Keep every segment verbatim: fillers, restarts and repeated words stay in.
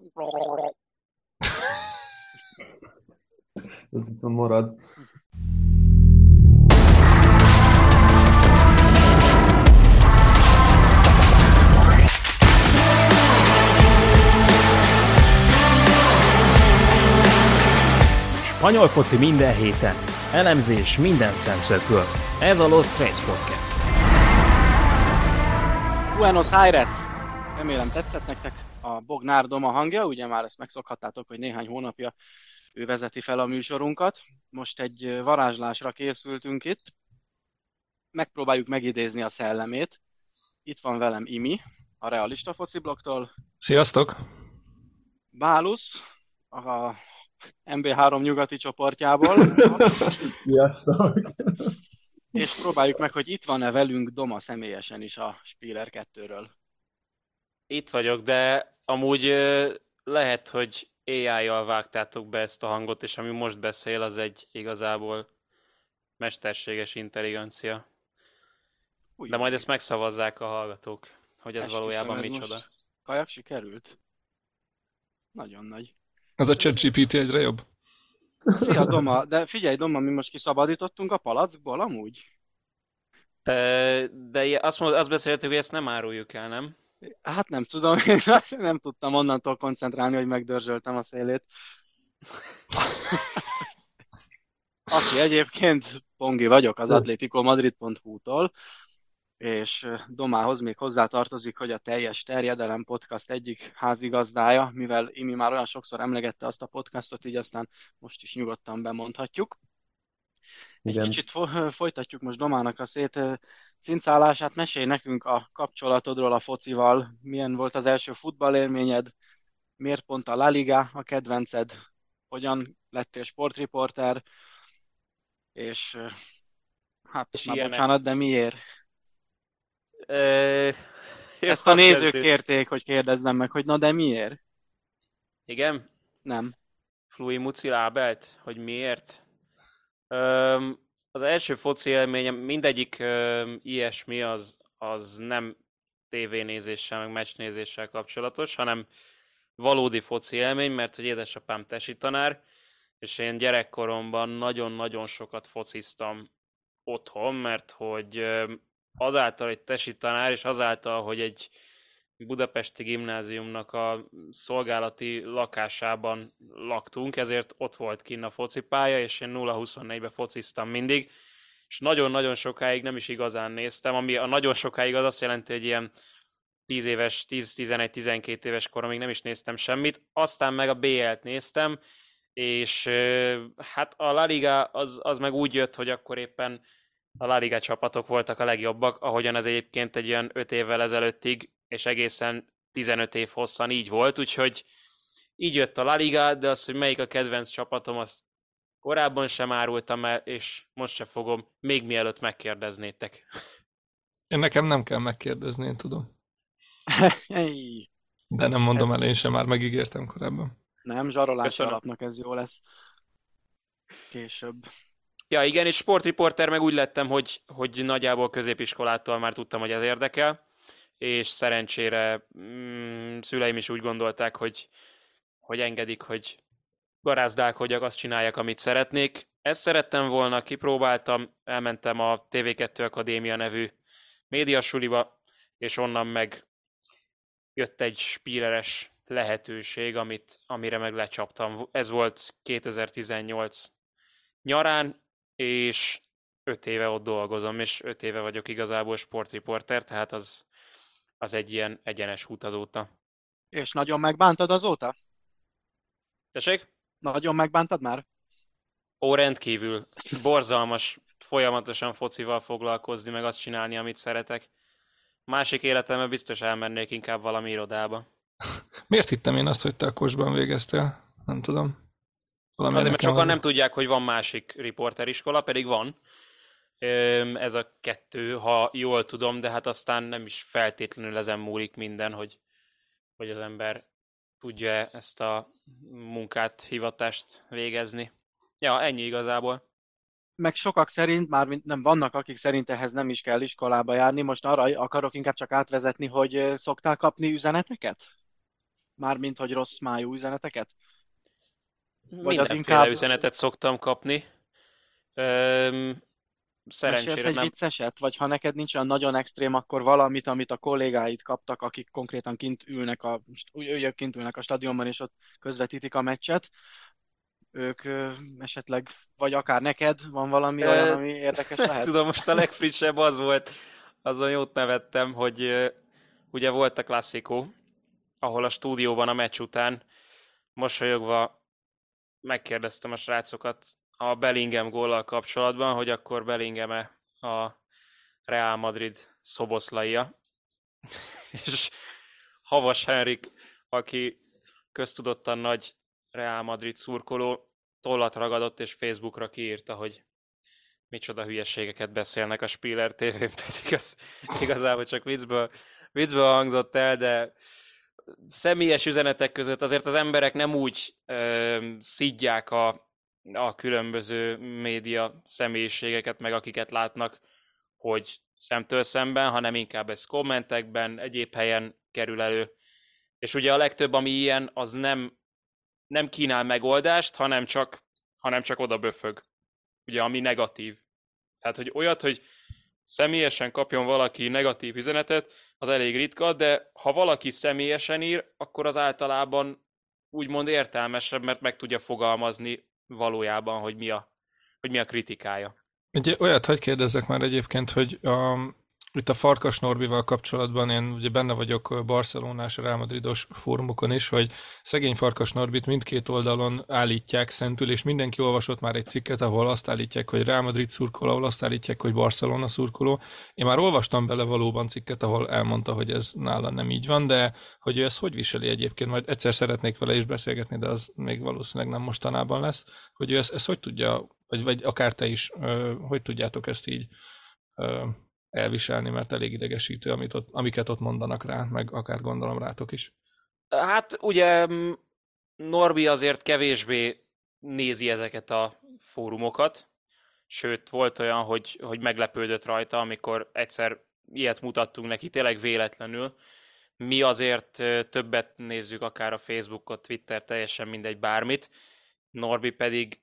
Ez viszont marad. Spanyol foci minden héten. Elemzés minden szemszögből. Ez a Lost Trace Podcast. Buenos Aires! Remélem tetszett nektek a Bognár Doma hangja, ugye már ezt megszokhattátok, hogy néhány hónapja ő vezeti fel a műsorunkat. Most egy varázslásra készültünk itt. Megpróbáljuk megidézni a szellemét. Itt van velem Imi, a Realista Foci blogtól. Sziasztok! Bálusz, a em bé három nyugati csoportjából. Sziasztok! És próbáljuk meg, hogy itt van-e velünk Doma személyesen is a Spiller kettőről. Itt vagyok, de amúgy ö, lehet, hogy á í-jal vágtátok be ezt a hangot, és ami most beszél, az egy igazából mesterséges intelligencia. Úgy, De majd ezt megszavazzák a hallgatók, hogy ez esküszöm, valójában ez micsoda. most Kajak sikerült? Nagyon nagy. Ez a ChatGPT egyre jobb. Szia, Doma! De figyelj, Doma, mi most kiszabadítottunk a palackból, amúgy? Ö, De i- azt, mond- azt beszéltük, hogy ezt nem áruljuk el, nem? Hát nem tudom, én nem tudtam onnantól koncentrálni, hogy megdörzsöltem a szélét. Aki egyébként Pongi vagyok az atletico madrid pont hu-tól, és Domához még hozzátartozik, hogy a Teljes Terjedelem podcast egyik házigazdája, mivel Imi már olyan sokszor emlegette azt a podcastot, így aztán most is nyugodtan bemondhatjuk. Egy Igen. kicsit fo- folytatjuk most Domának a szét cincálását. Mesélj nekünk a kapcsolatodról a focival. Milyen volt az első futballélményed? Miért pont a La Liga a kedvenced? Hogyan lettél sportriporter? És hát És már ilyenek. bocsánat, de miért? Ö, jó, Ezt a nézők kezdőd. kérték, hogy kérdezzem meg, hogy na de miért? Igen? Nem. Flui Muci lábelt? Hogy miért? Öm, az első foci élményem, mindegyik öm, ilyesmi, az, az nem tévénézéssel, meg meccsnézéssel kapcsolatos, hanem valódi foci élmény, mert hogy édesapám tesi tanár, és én gyerekkoromban nagyon-nagyon sokat fociztam otthon, mert hogy öm, azáltal, hogy tesi tanár, és azáltal, hogy egy budapesti gimnáziumnak a szolgálati lakásában laktunk, ezért ott volt kinn a focipálya, és én nulla huszonnégybe fociztam mindig, és nagyon-nagyon sokáig nem is igazán néztem, ami a nagyon sokáig az azt jelenti, hogy ilyen tíz éves, tíz-tizenegy-tizenkét éves koromig nem is néztem semmit, aztán meg a bé el-t néztem, és ö, hát a La Liga az, az meg úgy jött, hogy akkor éppen a La Liga csapatok voltak a legjobbak, ahogyan ez egyébként egy olyan öt évvel ezelőttig, és egészen tizenöt év hosszan így volt, úgyhogy így jött a La Liga, de az, hogy melyik a kedvenc csapatom, azt korábban sem árultam el, és most se fogom, még mielőtt megkérdeznétek. Én nekem nem kell megkérdezni, én tudom. Hey. De nem mondom Ez- el, én sem már megígértem korábban. Nem, zsarolási Köszönöm. alapnak ez jó lesz. Később. Ja igen, és sportriporter meg úgy lettem, hogy, hogy nagyjából középiskolától már tudtam, hogy ez érdekel, és szerencsére mm, szüleim is úgy gondolták, hogy, hogy engedik, hogy garázdálkodjak, azt csináljak, amit szeretnék. Ezt szerettem volna, kipróbáltam, elmentem a té vé kettő Akadémia nevű médiasuliba, és onnan meg jött egy spíleres lehetőség, amit, amire meg lecsaptam. Ez volt kétezer-tizennyolc nyarán, és öt éve ott dolgozom, és öt éve vagyok igazából sportriporter, tehát az, az egy ilyen egyenes út azóta. És nagyon megbántad azóta? Tessék? Nagyon megbántad már? Ó, rendkívül. Borzalmas folyamatosan focival foglalkozni, meg azt csinálni, amit szeretek. Másik életemben biztos elmennék inkább valami irodába. Miért hittem én azt, hogy te a Kosban végeztél? Nem tudom. Valami Azért, mert nekem sokan az- nem tudják, hogy van másik riporteriskola, pedig van. Öm, Ez a kettő, ha jól tudom, de hát aztán nem is feltétlenül ezen múlik minden, hogy, hogy az ember tudja ezt a munkát, hivatást végezni. Ja, ennyi igazából. Meg sokak szerint, már mint- nem vannak, akik szerint ehhez nem is kell iskolába járni. Most arra akarok inkább csak átvezetni, hogy ö, szoktál kapni üzeneteket? Mármint, hogy rossz májú üzeneteket? Vagy az Mindenféle inkább üzenetet szoktam kapni. Öm, mesélsz szerencsére egy nem. vicceset? Vagy ha neked nincs olyan nagyon extrém, akkor valamit, amit a kollégáid kaptak, akik konkrétan kint ülnek a, ők kint ülnek a stadionban, és ott közvetítik a meccset. Ők ö, esetleg, vagy akár neked van valami olyan, Ö, ami érdekes nem lehet? tudom, most a legfrissebb az volt, azon jót nevettem, hogy ö, ugye volt a klasszikó, ahol a stúdióban a meccs után mosolyogva megkérdeztem a srácokat a Bellingham góllal kapcsolatban, hogy akkor Bellingham-e a Real Madrid szoboszlaia. És Havas Henrik, aki köztudottan nagy Real Madrid szurkoló, tollat ragadott és Facebookra kiírta, hogy micsoda hülyeségeket beszélnek a Spiller té vén, tehát igaz, igazából csak viccből, viccből hangzott el, de személyes üzenetek között azért az emberek nem úgy ö, szidják a, a különböző média személyiségeket, meg akiket látnak, hogy szemtől szemben, hanem inkább ez kommentekben, egyéb helyen kerül elő. És ugye a legtöbb, ami ilyen, az nem, nem kínál megoldást, hanem csak, hanem csak oda böfög. Ugye, ami negatív. Tehát, hogy olyat, hogy személyesen kapjon valaki negatív üzenetet, az elég ritka, de ha valaki személyesen ír, akkor az általában úgymond értelmesebb, mert meg tudja fogalmazni valójában, hogy mi a, hogy mi a kritikája. Ugye olyat hagy kérdezzek már egyébként, hogy a, itt a Farkas Norbival kapcsolatban én ugye benne vagyok barcelonás, Real Madridos fórumokon is, hogy szegény Farkas Norbit mindkét oldalon állítják szentül, és mindenki olvasott már egy cikket, ahol azt állítják, hogy Real Madrid szurkoló, ahol azt állítják, hogy Barcelona szurkoló. Én már olvastam bele valóban cikket, ahol elmondta, hogy ez nála nem így van, de hogy ő ezt hogy viseli egyébként, majd egyszer szeretnék vele is beszélgetni, de az még valószínűleg nem mostanában lesz, hogy ő ezt, ezt hogy tudja, vagy, vagy akár te is, hogy tudjátok ezt így elviselni, mert elég idegesítő, amit ott, amiket ott mondanak rá, meg akár gondolom rátok is. Hát ugye Norbi azért kevésbé nézi ezeket a fórumokat, sőt volt olyan, hogy, hogy meglepődött rajta, amikor egyszer ilyet mutattunk neki, tényleg véletlenül. Mi azért többet nézzük akár a Facebookot, Twitter, teljesen mindegy bármit. Norbi pedig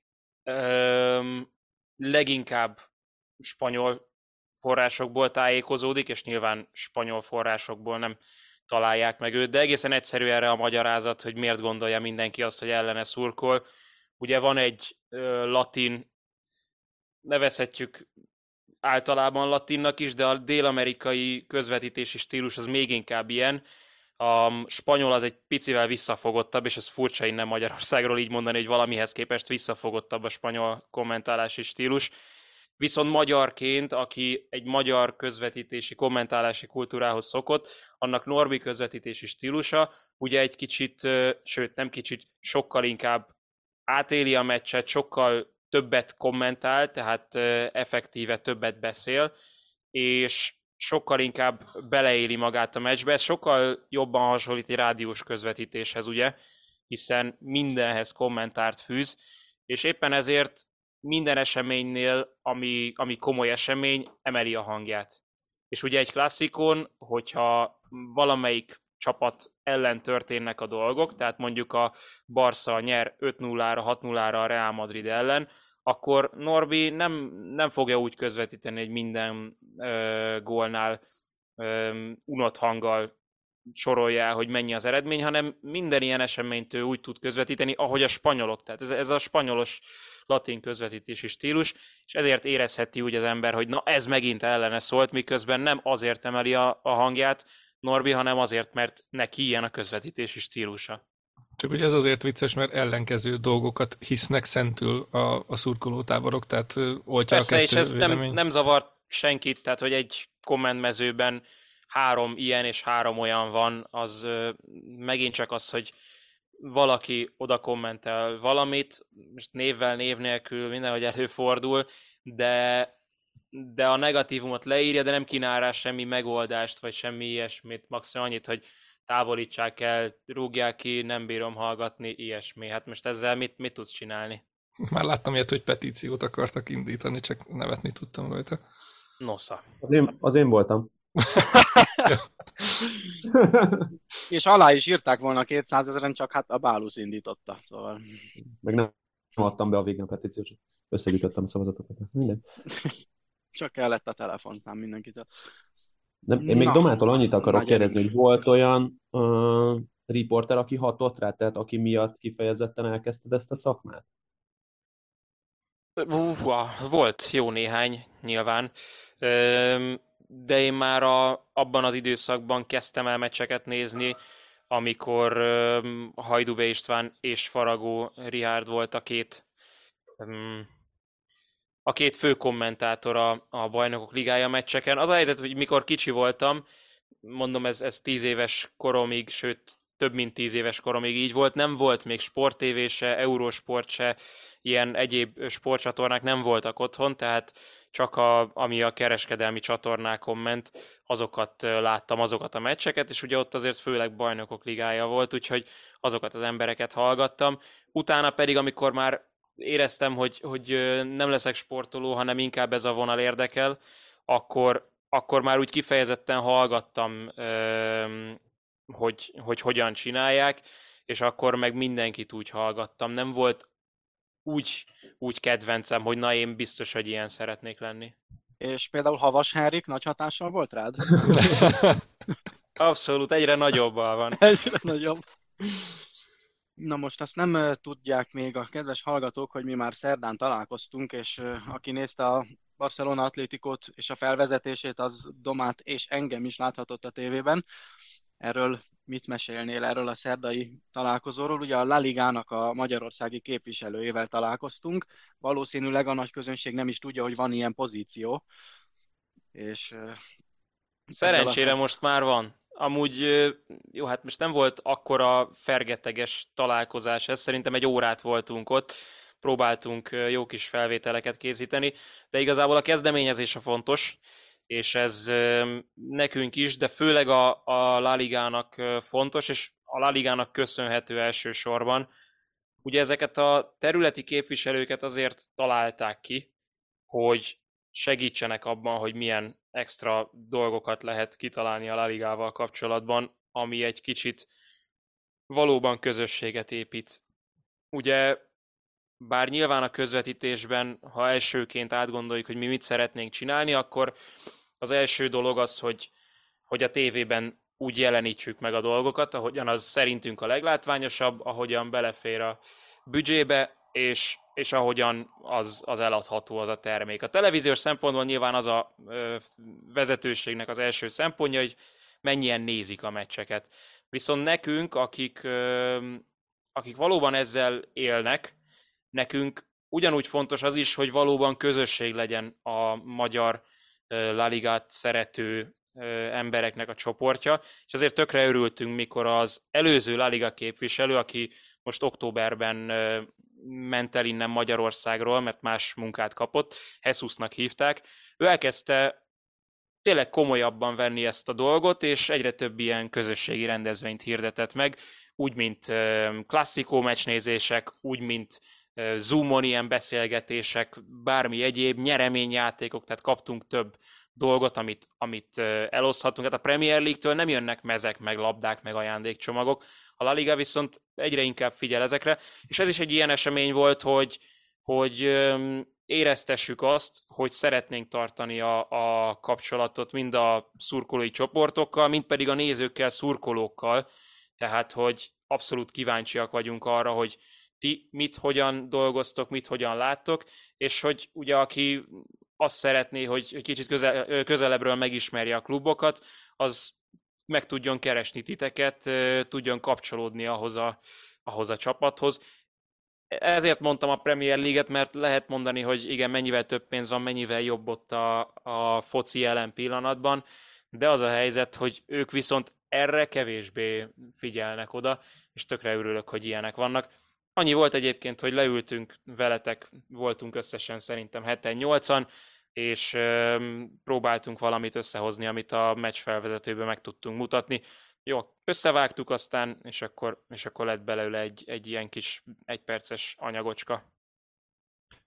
öm, leginkább spanyol forrásokból tájékozódik, és nyilván spanyol forrásokból nem találják meg őt, de egészen egyszerű erre a magyarázat, hogy miért gondolja mindenki azt, hogy ellene szurkol. Ugye van egy ö, latin, nevezhetjük általában latinnak is, de a dél-amerikai közvetítési stílus az még inkább ilyen. A spanyol az egy picivel visszafogottabb, és ez furcsa innen Magyarországról így mondani, hogy valamihez képest visszafogottabb a spanyol kommentálási stílus. Viszont magyarként, aki egy magyar közvetítési, kommentálási kultúrához szokott, annak Norbi közvetítési stílusa ugye egy kicsit, sőt nem kicsit, sokkal inkább átéli a meccset, sokkal többet kommentál, tehát effektíve többet beszél, és sokkal inkább beleéli magát a meccsbe. Ez sokkal jobban hasonlít egy rádiós közvetítéshez, ugye, hiszen mindenhez kommentárt fűz, és éppen ezért minden eseménynél, ami, ami komoly esemény, emeli a hangját. És ugye egy klasszikon, hogyha valamelyik csapat ellen történnek a dolgok, tehát mondjuk a Barca nyer öt nullára, hat nullára a Real Madrid ellen, akkor Norbi nem, nem fogja úgy közvetíteni, hogy minden ö, gólnál ö, unott hanggal sorolja, hogy mennyi az eredmény, hanem minden ilyen eseményt ő úgy tud közvetíteni, ahogy a spanyolok. Tehát ez, ez a spanyolos latin közvetítési stílus, és ezért érezheti úgy az ember, hogy na ez megint ellene szólt, miközben nem azért emeli a, a hangját Norbi, hanem azért, mert neki ilyen a közvetítési stílusa. Csak ugye ez azért vicces, mert ellenkező dolgokat hisznek szentül a, a szurkolótáborok, tehát oltja Persze, a kettő és ez nem, vélemény. nem zavart senkit, tehát hogy egy kommentmezőben három ilyen és három olyan van, az ö, megint csak az, hogy valaki oda kommentel valamit, most névvel, név nélkül mindenhogy előfordul, de, de a negatívumot leírja, de nem kínál rá semmi megoldást, vagy semmi ilyesmit, maximum annyit, hogy távolítsák el, rúgják ki, nem bírom hallgatni, ilyesmi. Hát most ezzel mit, mit tudsz csinálni? Már láttam ilyet, hogy petíciót akartak indítani, csak nevetni tudtam rajta. Nosza. Az én, az én voltam. És alá is írták volna kétszázezren, csak hát a Bálusz indította, szóval Meg nem nem adtam be a végén a petíciót, csak összegyűjtöttem a szavazatokat. Minden. csak kellett a telefonszám mindenkitől. Nem, én még Na, Domától annyit akarok nagy erő. kérdezni, hogy volt olyan uh, riporter, aki hatott rá, tehát aki miatt kifejezetten elkezdted ezt a szakmát? Húha, volt jó néhány, nyilván. Öm, De én már a, abban az időszakban kezdtem el meccseket nézni, amikor öm, Hajdúbe István és Faragó Rihárd volt a két, öm, a két fő kommentátora a Bajnokok Ligája meccseken. Az a helyzet, hogy mikor kicsi voltam, mondom, ez, ez tíz éves koromig, sőt, több mint tíz éves koromig így volt, nem volt még Sport té vé se, Eurosport se, ilyen egyéb sportcsatornák nem voltak otthon, tehát csak a, ami a kereskedelmi csatornákon ment, azokat láttam, azokat a meccseket, és ugye ott azért főleg Bajnokok Ligája volt, úgyhogy azokat az embereket hallgattam. Utána pedig, amikor már éreztem, hogy, hogy nem leszek sportoló, hanem inkább ez a vonal érdekel, akkor, akkor már úgy kifejezetten hallgattam, hogy, hogy hogyan csinálják, és akkor meg mindenkit úgy hallgattam. Nem volt úgy, úgy kedvencem, hogy na én biztos, hogy ilyen szeretnék lenni. És például Havas Henrik nagy hatással volt rád? Abszolút, egyre nagyobbal van. Egyre nagyobb. Na most azt nem uh, tudják még a kedves hallgatók, hogy mi már szerdán találkoztunk, és uh, aki nézte a Barcelona Atlétikót és a felvezetését, az Domát és engem is láthatott a tévében. Erről mit mesélnél erről a szerdai találkozóról? Ugye a La Ligának a magyarországi képviselőjével találkoztunk. Valószínűleg a nagy közönség nem is tudja, hogy van ilyen pozíció. És uh, Szerencsére most már van. Amúgy, jó, hát most nem volt akkora fergeteges találkozás ez, szerintem egy órát voltunk ott, próbáltunk jó kis felvételeket készíteni, de igazából a kezdeményezés a fontos, és ez nekünk is, de főleg a, a La Ligának fontos, és a La Ligának köszönhető elsősorban. Ugye ezeket a területi képviselőket azért találták ki, hogy segítsenek abban, hogy milyen extra dolgokat lehet kitalálni a La Ligával kapcsolatban, ami egy kicsit valóban közösséget épít. Ugye, bár nyilván a közvetítésben, ha elsőként átgondoljuk, hogy mi mit szeretnénk csinálni, akkor az első dolog az, hogy, hogy a tévében úgy jelenítsük meg a dolgokat, ahogyan az szerintünk a leglátványosabb, ahogyan belefér a büdzsébe, és, és ahogyan az, az eladható az a termék. A televíziós szempontból nyilván az a ö, vezetőségnek az első szempontja, hogy mennyien nézik a meccseket. Viszont nekünk, akik, ö, akik valóban ezzel élnek, nekünk ugyanúgy fontos az is, hogy valóban közösség legyen a magyar ö, La Ligát szerető ö, embereknek a csoportja, és azért tökre örültünk, mikor az előző La Liga képviselő, aki most októberben ö, ment el innen Magyarországról, mert más munkát kapott, Jesusnak hívták. Ő elkezdte tényleg komolyabban venni ezt a dolgot, és egyre több ilyen közösségi rendezvényt hirdetett meg, úgy, mint klasszikó meccsnézések, úgy, mint Zoomon ilyen beszélgetések, bármi egyéb, nyereményjátékok, tehát kaptunk több dolgot, amit, amit eloszthatunk. Hát a Premier League-től nem jönnek mezek, meg labdák, meg ajándékcsomagok. A La Liga viszont egyre inkább figyel ezekre, és ez is egy ilyen esemény volt, hogy, hogy éreztessük azt, hogy szeretnénk tartani a, a kapcsolatot mind a szurkolói csoportokkal, mind pedig a nézőkkel, szurkolókkal, tehát hogy abszolút kíváncsiak vagyunk arra, hogy ti mit, hogyan dolgoztok, mit, hogyan láttok, és hogy ugye aki azt szeretné, hogy kicsit közel, közelebbről megismerje a klubokat, az meg tudjon keresni titeket, tudjon kapcsolódni ahhoz a, ahhoz a csapathoz. Ezért mondtam a Premier League-et, mert lehet mondani, hogy igen, mennyivel több pénz van, mennyivel jobb ott a, a foci jelen pillanatban, de az a helyzet, hogy ők viszont erre kevésbé figyelnek oda, és tökre örülök, hogy ilyenek vannak. Annyi volt egyébként, hogy leültünk veletek, voltunk összesen szerintem heten nyolcan, és próbáltunk valamit összehozni, amit a meccs felvezetőben meg tudtunk mutatni. Jó, összevágtuk aztán, és akkor, és akkor lett belőle egy, egy ilyen kis egyperces anyagocska.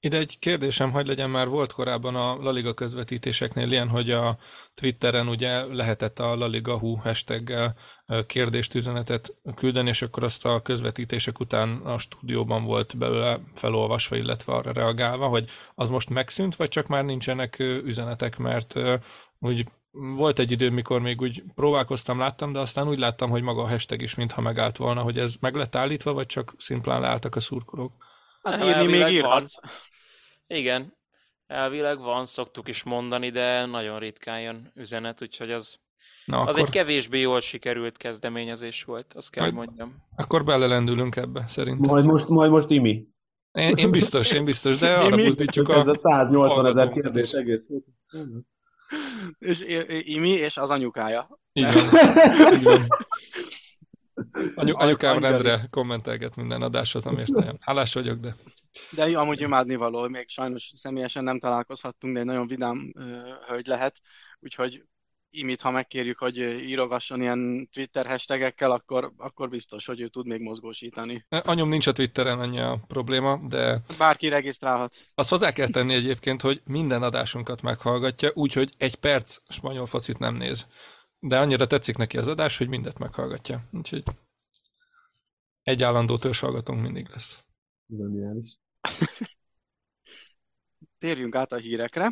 Ide egy kérdésem, hogy legyen, már volt korábban a La Liga közvetítéseknél ilyen, hogy a Twitteren ugye lehetett a La Liga hú hashtaggel kérdést, üzenetet küldeni, és akkor azt a közvetítések után a stúdióban volt belőle felolvasva, illetve arra reagálva, hogy az most megszűnt, vagy csak már nincsenek üzenetek, mert úgy volt egy idő, mikor még úgy próbálkoztam, láttam, de aztán úgy láttam, hogy maga a hashtag is mintha megállt volna, hogy ez meg lett állítva, vagy csak szimplán leálltak a szurkolók. Hát Nem, írni még elvileg írhatsz. Igen, elvileg van, szoktuk is mondani, de nagyon ritkán jön üzenet, úgyhogy az, Na, az akkor, egy kevésbé jól sikerült kezdeményezés volt, azt kell, hogy Majd- mondjam. akkor belelendülünk ebbe, szerintem. Majd most, majd most Imi. Én, én biztos, én biztos, de arra Mi? buzdítjuk Ez a a száznyolcvan ezer hallgatónkat kérdés is. egész. És I- I- Imi és az anyukája. Így van, így van. Anyu, anyukám Angyali. rendre kommentelget minden adáshoz, amiért nagyon hálás vagyok, de De jó, amúgy imádnivaló, még sajnos személyesen nem találkozhattunk, de egy nagyon vidám ö, hölgy lehet, úgyhogy Imit, ha megkérjük, hogy írogasson ilyen Twitter hashtagekkel, akkor, akkor biztos, hogy ő tud még mozgósítani. anyum nincs a Twitteren, annyi a probléma, de Bárki regisztrálhat. azt hozzá kell tenni egyébként, hogy minden adásunkat meghallgatja, úgyhogy egy perc spanyol focit nem néz. De annyira tetszik neki az adás, hogy mindet meghallgatja. Úgyhogy egy állandó törzshallgatónk mindig lesz. Zseniális. Térjünk át a hírekre.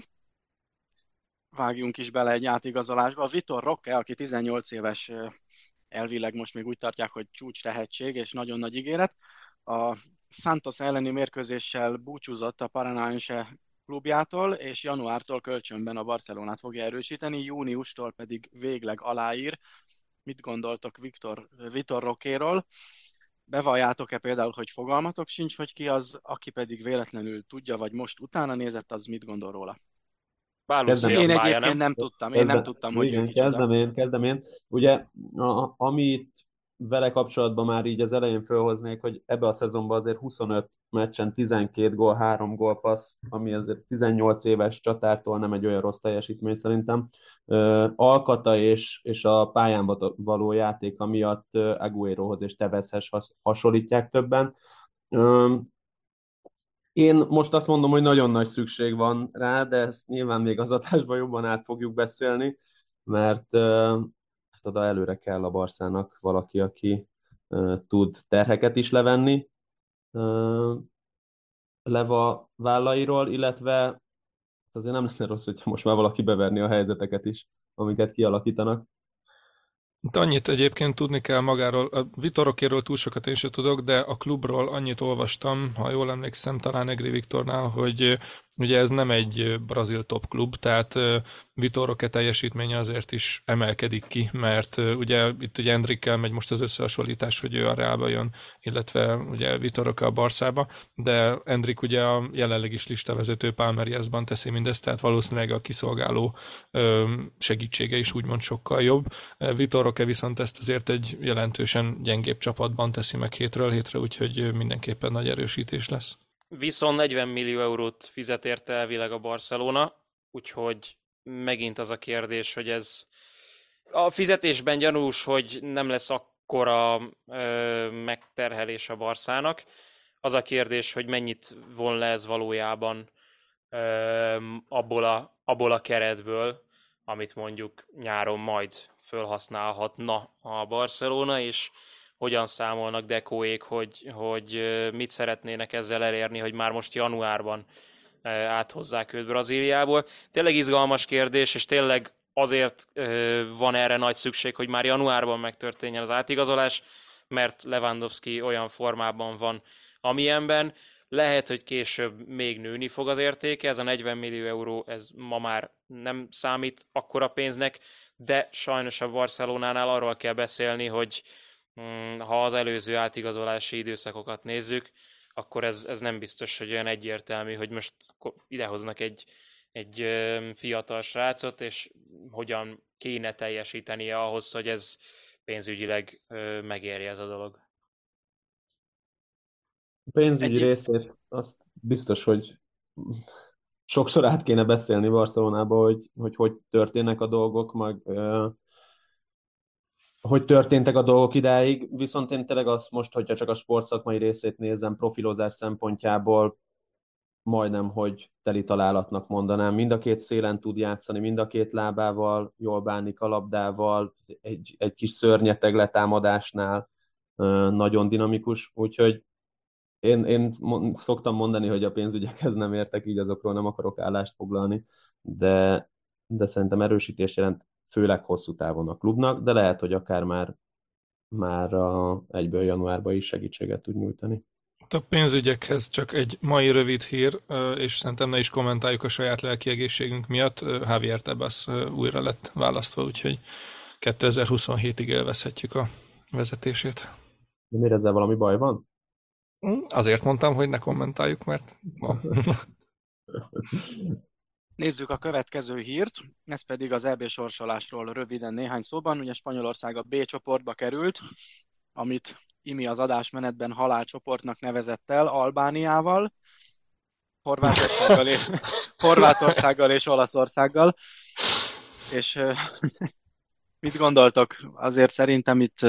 Vágjunk is bele egy átigazolásba. Vitor Roque, aki tizennyolc éves, ö, elvileg most még úgy tartják, hogy csúcs tehetség és nagyon nagy ígéret, a Santos elleni mérkőzéssel búcsúzott a Paranaense klubjától, és januártól kölcsönben a Barcelonát fogja erősíteni, júniustól pedig végleg aláír. Mit gondoltok Viktor, Vitor Roquéról? Bevalljátok-e például, hogy fogalmatok sincs, hogy ki az, aki pedig véletlenül tudja, vagy most utána nézett, az mit gondol róla? Bálus Kezdem. Én Szélpálya, egyébként nem? nem tudtam, én nem Kezdem- tudtam, hogy ő igen, kicsoda. kezdem én, kezdem én. Ugye, a, amit vele kapcsolatban már így az elején fölhoznék, hogy ebbe a szezonban azért huszonöt meccsen tizenkét gól, három gólpassz, ami azért tizennyolc éves csatártól nem egy olyan rossz teljesítmény szerintem. Ö, Alkata és, és a pályán való játéka miatt ö, Agüerohoz és Tevezhez has, hasonlítják többen. Ö, Én most azt mondom, hogy nagyon nagy szükség van rá, de ezt nyilván még az adásban jobban át fogjuk beszélni, mert uh, hát oda előre kell a Barszának valaki, aki uh, tud terheket is levenni uh, Leva vállairól, illetve azért nem lenne rossz, hogyha most már valaki beverni a helyzeteket is, amiket kialakítanak. Itt annyit egyébként tudni kell magáról, a Vitorokéről túl sokat én sem tudok, de a klubról annyit olvastam, ha jól emlékszem, talán Egri Viktornál, hogy ugye ez nem egy brazil top klub, tehát Vitoroke teljesítménye azért is emelkedik ki, mert ugye itt ugye Endrikkel megy most az összehasonlítás, hogy ő a Realba jön, illetve ugye Vitoroke a Barszába, de Endrik ugye a jelenleg is listavezető Palmeiresban teszi mindezt, tehát valószínűleg a kiszolgáló segítsége is úgymond sokkal jobb. Vitoroke viszont ezt azért egy jelentősen gyengébb csapatban teszi meg hétről hétre, úgyhogy mindenképpen nagy erősítés lesz. Viszont negyven millió eurót fizet érte elvileg a Barcelona, úgyhogy megint az a kérdés, hogy ez a fizetésben gyanús, hogy nem lesz akkora ö, megterhelés a Barszának. Az a kérdés, hogy mennyit von le ez valójában ö, abból, a, abból a keretből, amit mondjuk nyáron majd fölhasználhatna a Barcelona, és hogyan számolnak Dekóék, hogy, hogy mit szeretnének ezzel elérni, hogy már most januárban áthozzák őt Brazíliából. Tényleg izgalmas kérdés, és tényleg azért van erre nagy szükség, hogy már januárban megtörténjen az átigazolás, mert Lewandowski olyan formában van, amilyenben. Lehet, hogy később még nőni fog az értéke, ez a negyven millió euró, ez ma már nem számít akkora pénznek, de sajnos a Barcelonánál arról kell beszélni, hogy ha az előző átigazolási időszakokat nézzük, akkor ez, ez nem biztos, hogy olyan egyértelmű, hogy most idehoznak egy, egy fiatal srácot, és hogyan kéne teljesítenie ahhoz, hogy ez pénzügyileg megérje ez a dolog. A pénzügyi Egy- részét azt biztos, hogy sokszor át kéne beszélni Barcelonába, hogy hogy, hogy történnek a dolgok, meg ö, hogy történtek a dolgok idáig, viszont én tényleg azt most, hogyha csak a sportszakmai részét nézem profilozás szempontjából, majdnem, hogy teli találatnak mondanám. Mind a két szélen tud játszani, mind a két lábával, jól bánik a labdával, egy, egy kis szörnyeteg letámadásnál nagyon dinamikus, úgyhogy én, én szoktam mondani, hogy a pénzügyekhez nem értek, így azokról nem akarok állást foglalni, de, de szerintem erősítés jelent főleg hosszú távon a klubnak, de lehet, hogy akár már, már a, egyből januárban is segítséget tud nyújtani. A pénzügyekhez csak egy mai rövid hír, és szerintem ne is kommentáljuk a saját lelki egészségünk miatt. Javier Tebas újra lett választva, úgyhogy kétezer-huszonhétig élvezhetjük a vezetését. De miért ezzel valami baj van? Azért mondtam, hogy ne kommentáljuk, mert van. Nézzük a következő hírt, ez pedig az é bé sorsolásról röviden néhány szóban. Ugye Spanyolország a B csoportba került, amit Imi az adásmenetben halálcsoportnak nevezett el Albániával, Horvátországgal és, Horvátországgal és Olaszországgal. És mit gondoltok? Azért szerintem itt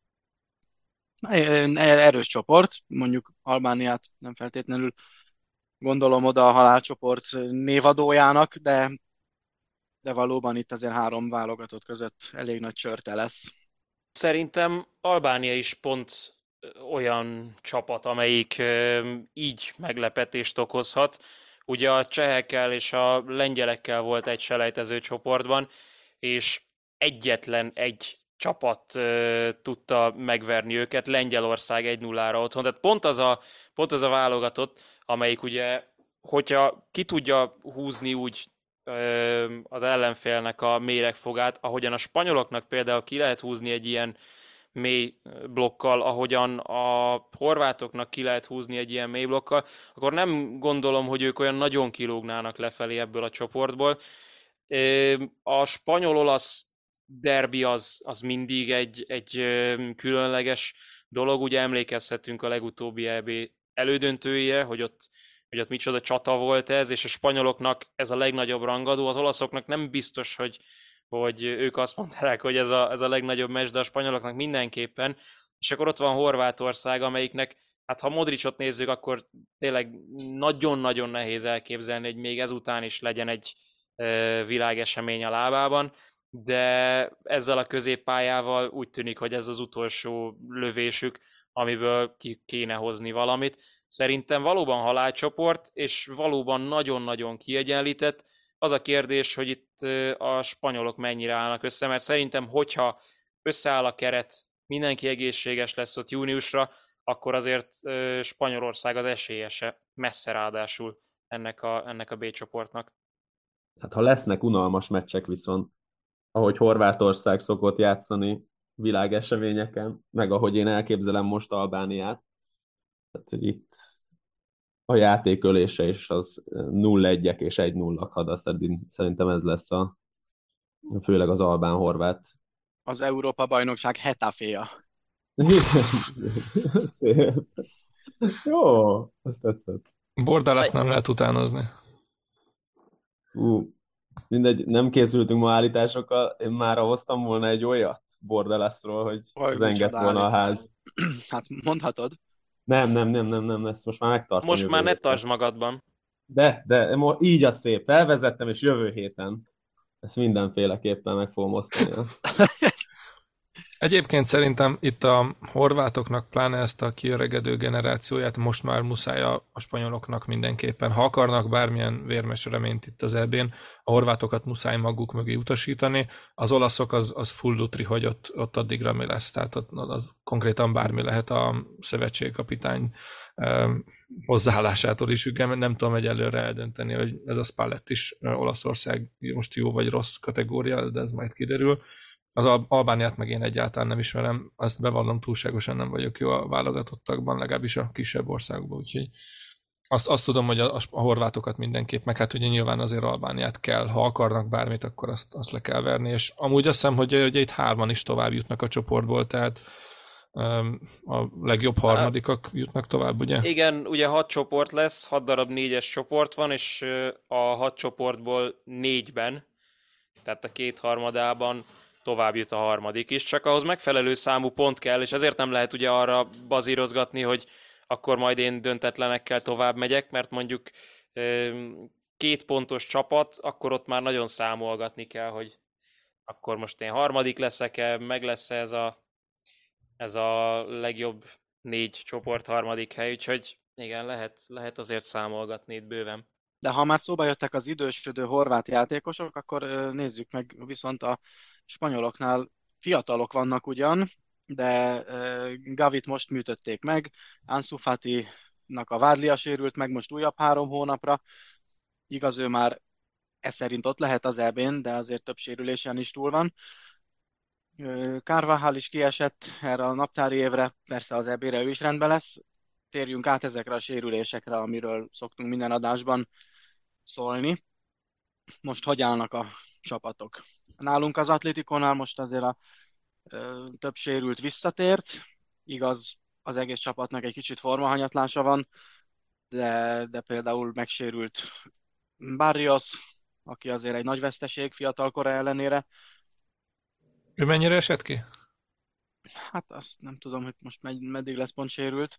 erős csoport, mondjuk Albániát nem feltétlenül gondolom oda a halálcsoport névadójának, de, de valóban itt azért három válogatott között elég nagy csörte lesz. Szerintem Albánia is pont olyan csapat, amelyik így meglepetést okozhat. Ugye a csehekkel és a lengyelekkel volt egy selejtező csoportban, és egyetlen egy csapat tudta megverni őket, Lengyelország egy nullára otthon. Tehát pont az a, pont az a válogatott, amelyik ugye, hogyha ki tudja húzni úgy az ellenfélnek a méregfogát, ahogyan a spanyoloknak például ki lehet húzni egy ilyen mély blokkal, ahogyan a horvátoknak ki lehet húzni egy ilyen mély blokkal, akkor nem gondolom, hogy ők olyan nagyon kilógnának lefelé ebből a csoportból. A spanyol-olasz derbi az, az mindig egy, egy különleges dolog, ugye emlékezhetünk a legutóbbi é bé elődöntőjére, hogy ott hogy ott micsoda csata volt ez, és a spanyoloknak ez a legnagyobb rangadó, az olaszoknak nem biztos, hogy, hogy ők azt mondták, hogy ez a, ez a legnagyobb meccs, de a spanyoloknak mindenképpen. És akkor ott van Horvátország, amelyiknek, hát ha Modricot nézzük, akkor tényleg nagyon-nagyon nehéz elképzelni, hogy még ezután is legyen egy e, világesemény a lábában, de ezzel a középpályával úgy tűnik, hogy ez az utolsó lövésük, amiből ki kéne hozni valamit. Szerintem valóban halálcsoport, és valóban nagyon-nagyon kiegyenlített. Az a kérdés, hogy itt a spanyolok mennyire állnak össze, mert szerintem, hogyha összeáll a keret, mindenki egészséges lesz ott júniusra, akkor azért Spanyolország az esélyese, messze ráadásul ennek a, ennek a B csoportnak. Hát ha lesznek unalmas meccsek viszont, ahogy Horvátország szokott játszani világeseményeken, meg ahogy én elképzelem most Albániát, tehát, hogy itt a játékölése is az nulla egyek és egy nullak hada, szerintem ez lesz a, főleg az albán-horvát. Az Európa-bajnokság Hetaféja. Szép. Jó, azt tetszett. Bordalást nem lehet utánozni. Ú, mindegy, nem készültünk ma állításokkal, én már hoztam volna egy olyat Bordalászról, hogy zengett volna a ház. Hát mondhatod. Nem, nem, nem, nem, nem, ezt most már megtartom. Most már ne tartsd magadban. De, de így a szép. Felvezettem, és jövő héten ezt mindenféleképpen meg fogom osztani. Egyébként szerintem itt a horvátoknak, pláne ezt a kiöregedő generációját most már muszáj a, a spanyoloknak mindenképpen. Ha akarnak bármilyen vérmes reményt itt az é bén, a horvátokat muszáj maguk mögé utasítani. Az olaszok az, az full lutri, hogy ott, ott addigra mi lesz. Tehát ott, az konkrétan bármi lehet a szövetségkapitány eh, hozzáállásától is függ, nem tudom egyelőre eldönteni, hogy ez a Spalett is Olaszország most jó vagy rossz kategória, de ez majd kiderül. Az Albániát meg én egyáltalán nem ismerem, azt bevallom, túlságosan nem vagyok jó a válogatottakban, legalábbis a kisebb országokban, úgyhogy azt, azt tudom, hogy a, a horvátokat mindenképp, meg hát ugye nyilván azért Albániát kell, ha akarnak bármit, akkor azt, azt le kell verni, és amúgy azt hiszem, hogy ugye itt hárman is tovább jutnak a csoportból, tehát um, a legjobb harmadikak jutnak tovább, ugye? Igen, ugye hat csoport lesz, hat darab négyes csoport van, és a hat csoportból négyben, tehát a két harmadában tovább jut a harmadik is, csak ahhoz megfelelő számú pont kell, és ezért nem lehet ugye arra bazírozgatni, hogy akkor majd én döntetlenekkel tovább megyek, mert mondjuk két pontos csapat, akkor ott már nagyon számolgatni kell, hogy akkor most én harmadik leszek-e, meg lesz ez a, ez a legjobb négy csoport harmadik hely, úgyhogy igen, lehet, lehet azért számolgatni itt bőven. De ha már szóba jöttek az idősödő horvát játékosok, akkor nézzük meg viszont a spanyoloknál fiatalok vannak ugyan, de Gavit most műtötték meg, Ansu Fatinak a vádlia sérült meg most újabb három hónapra, igaz ő már ez szerint ott lehet az é bén, de azért több sérülésen is túl van. Carvajal is kiesett erre a naptári évre, persze az é bére ő is rendben lesz. Térjünk át ezekre a sérülésekre, amiről szoktunk minden adásban szólni. Most hogy állnak a csapatok? Nálunk az Atlétikónál most azért a ö, több sérült visszatért, igaz, az egész csapatnak egy kicsit formahanyatlása van, de, de például megsérült Barrios, aki azért egy nagy veszteség fiatalkora ellenére. Ő mennyire esett ki? Hát azt nem tudom, hogy most med- meddig lesz pont sérült.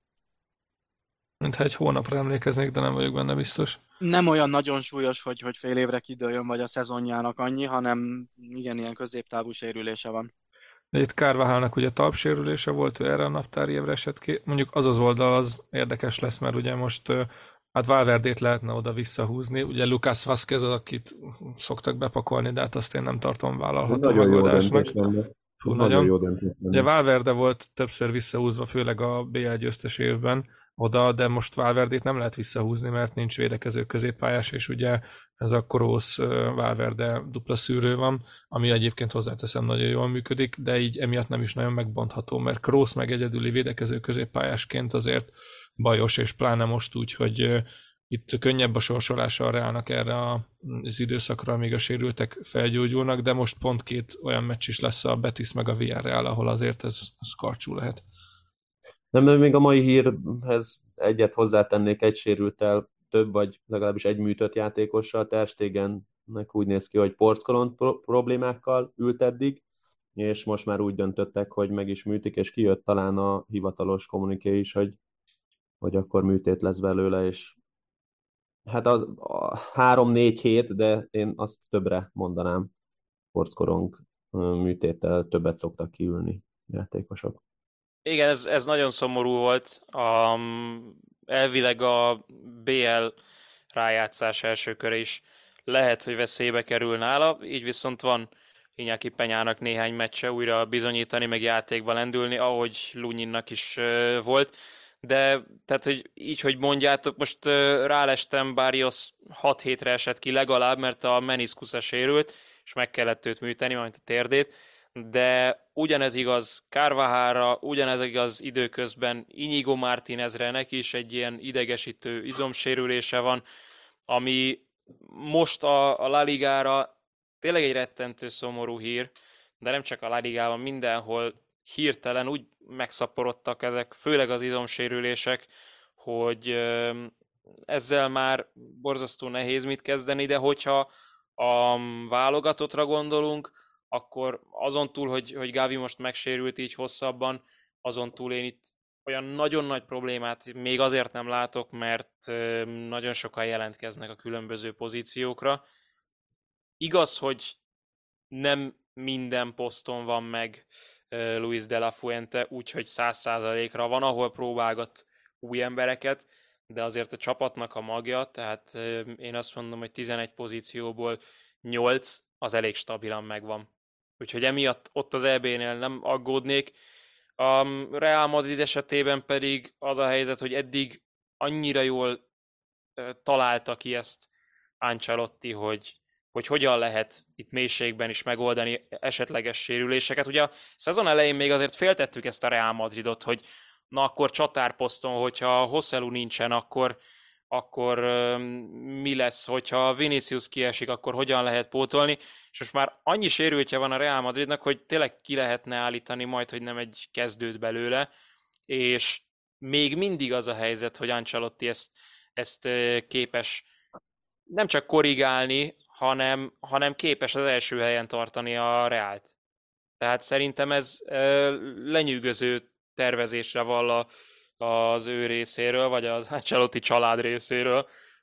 Mintha egy hónapra emlékeznék, de nem vagyok benne biztos. Nem olyan nagyon súlyos, hogy, hogy fél évre kidőljön, vagy a szezonjának annyi, hanem igen, ilyen középtávú sérülése van. De itt Carvajalnak ugye talpsérülése volt, ő erre a naptári évre esett ki. Mondjuk az az oldal az érdekes lesz, mert ugye most hát Valverdét lehetne oda visszahúzni. Ugye Lucas Vázquez az, akit szoktak bepakolni, de hát azt én nem tartom vállalható Nagyon jó megoldásnak. döntés lenne. Fú, Nagyon nagyon. jó döntés lenne. Ugye Valverde volt többször visszahúzva, főleg a bé el győztes évben oda, de most Valverdét nem lehet visszahúzni, mert nincs védekező középpályás, és ugye ez a Kroos Valverde dupla szűrő van, ami egyébként hozzáteszem nagyon jól működik, de így emiatt nem is nagyon megbontható, mert Kroos meg egyedüli védekező középpályásként azért bajos, és pláne most úgy, hogy itt könnyebb a sorsolása a Realnak erre az időszakra, amíg a sérültek felgyógyulnak, de most pont két olyan meccs is lesz a Betis meg a Villarreal, ahol azért ez, ez karcsú lehet. Nem, de még a mai hírhez egyet hozzátennék, egy sérülttel több, vagy legalábbis egy műtött játékossal. Ter Stegennek úgy néz ki, hogy porckolont pro- problémákkal ült eddig, és most már úgy döntöttek, hogy meg is műtik, és kijött talán a hivatalos kommuniké is, hogy, hogy akkor műtét lesz belőle, és hát az a három-négy hét, de én azt többre mondanám. Porckorong műtéttel többet szoktak kiülni játékosok. Igen, ez, ez nagyon szomorú volt. Um, elvileg a bé el rájátszás első köre is lehet, hogy veszélybe kerül nála, így viszont van Iñaki Peñának néhány meccse újra bizonyítani, meg játékba lendülni, ahogy Lunyinnak is uh, volt. De tehát, hogy így, hogy mondjátok, most uh, rálestem, Barrios hat hétre esett ki legalább, mert a meniszkusza sérült, és meg kellett őt műteni, majd a térdét. De ugyanez igaz Carvajalra, ugyanez igaz időközben Inigo Martínezre, neki is egy ilyen idegesítő izomsérülése van, ami most a, a La Ligára tényleg egy rettentő szomorú hír, de nem csak a La Ligában, mindenhol hirtelen úgy megszaporodtak ezek, főleg az izomsérülések, hogy ezzel már borzasztó nehéz mit kezdeni, de hogyha a válogatottra gondolunk, akkor azon túl, hogy, hogy Gavi most megsérült így hosszabban, azon túl én itt olyan nagyon nagy problémát még azért nem látok, mert nagyon sokan jelentkeznek a különböző pozíciókra. Igaz, hogy nem minden poszton van meg Luis de la Fuente, úgyhogy száz százalékra van, ahol próbálgat új embereket, de azért a csapatnak a magja, tehát én azt mondom, hogy tizenegy pozícióból nyolc az elég stabilan megvan. Úgyhogy emiatt ott az é bénél nem aggódnék. A Real Madrid esetében pedig az a helyzet, hogy eddig annyira jól találta ki ezt Ancelotti, hogy, hogy hogyan lehet itt mélységben is megoldani esetleges sérüléseket. Ugye a szezon elején még azért féltettük ezt a Real Madridot, hogy na akkor csatárposzton, hogyha Hosselu nincsen, akkor, akkor mi lesz, hogyha Vinicius kiesik, akkor hogyan lehet pótolni, és most már annyi sérültje van a Real Madridnak, hogy tényleg ki lehetne állítani majd, hogy nem egy kezdőt belőle, és még mindig az a helyzet, hogy Ancelotti ezt, ezt képes nem csak korrigálni, hanem, hanem képes az első helyen tartani a Reált. Tehát szerintem ez lenyűgöző tervezésre vall az ő részéről, vagy az Ancelotti család részéről,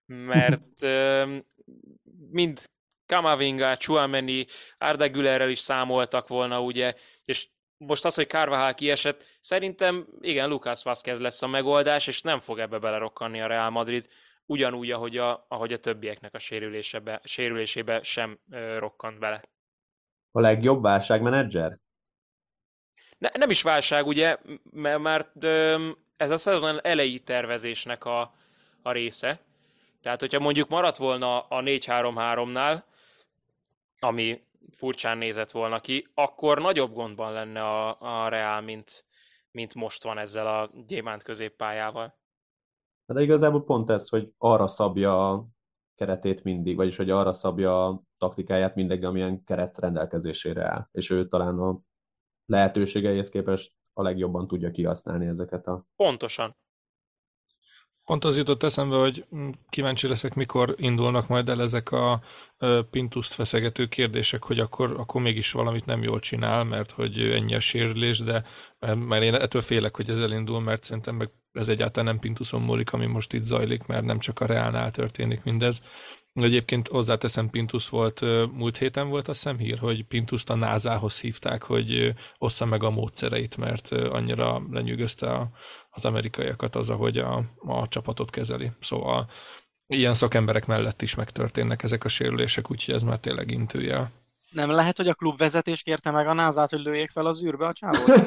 mert ö, mind Camavinga, Tchouaméni, Arda Gülerrel is számoltak volna, ugye, és most az, hogy Carvajal kiesett, szerintem igen, Lucas Vázquez lesz a megoldás, és nem fog ebbe belerokkanni a Real Madrid, ugyanúgy, ahogy a, ahogy a többieknek a sérülésébe, sérülésébe sem ö, rokkant bele. A legjobb válságmenedzser? Ne, nem is válság, ugye, mert, mert ö, ez a szezon elejé tervezésnek a, a része. Tehát, hogyha mondjuk maradt volna a négy három háromnál, ami furcsán nézett volna ki, akkor nagyobb gondban lenne a, a Real, mint, mint most van ezzel a gyémánt középpályával. De igazából pont ez, hogy arra szabja a keretét mindig, vagyis hogy arra szabja a taktikáját mindig, amilyen keret rendelkezésére áll. És ő talán a lehetőségeihez képest a legjobban tudja kihasználni ezeket a... Pontosan. Pont az jutott eszembe, hogy kíváncsi leszek, mikor indulnak majd el ezek a Pintuszt feszegető kérdések, hogy akkor, akkor mégis valamit nem jól csinál, mert hogy ennyi a sérülés, de mert én ettől félek, hogy ez elindul, mert szerintem meg ez egyáltalán nem Pintuszon múlik, ami most itt zajlik, mert nem csak a Reálnál történik mindez. Egyébként hozzáteszem, Pintus volt, múlt héten volt azt hiszem hír, hogy Pintuszt a názához hívták, hogy ossza meg a módszereit, mert annyira lenyűgözte a, az amerikaiakat az, ahogy a, a csapatot kezeli. Szóval ilyen szakemberek mellett is megtörténnek ezek a sérülések, úgyhogy ez már tényleg intőjel. Nem lehet, hogy a klubvezetés kérte meg a názát, hogy lőjék fel az űrbe a csávót?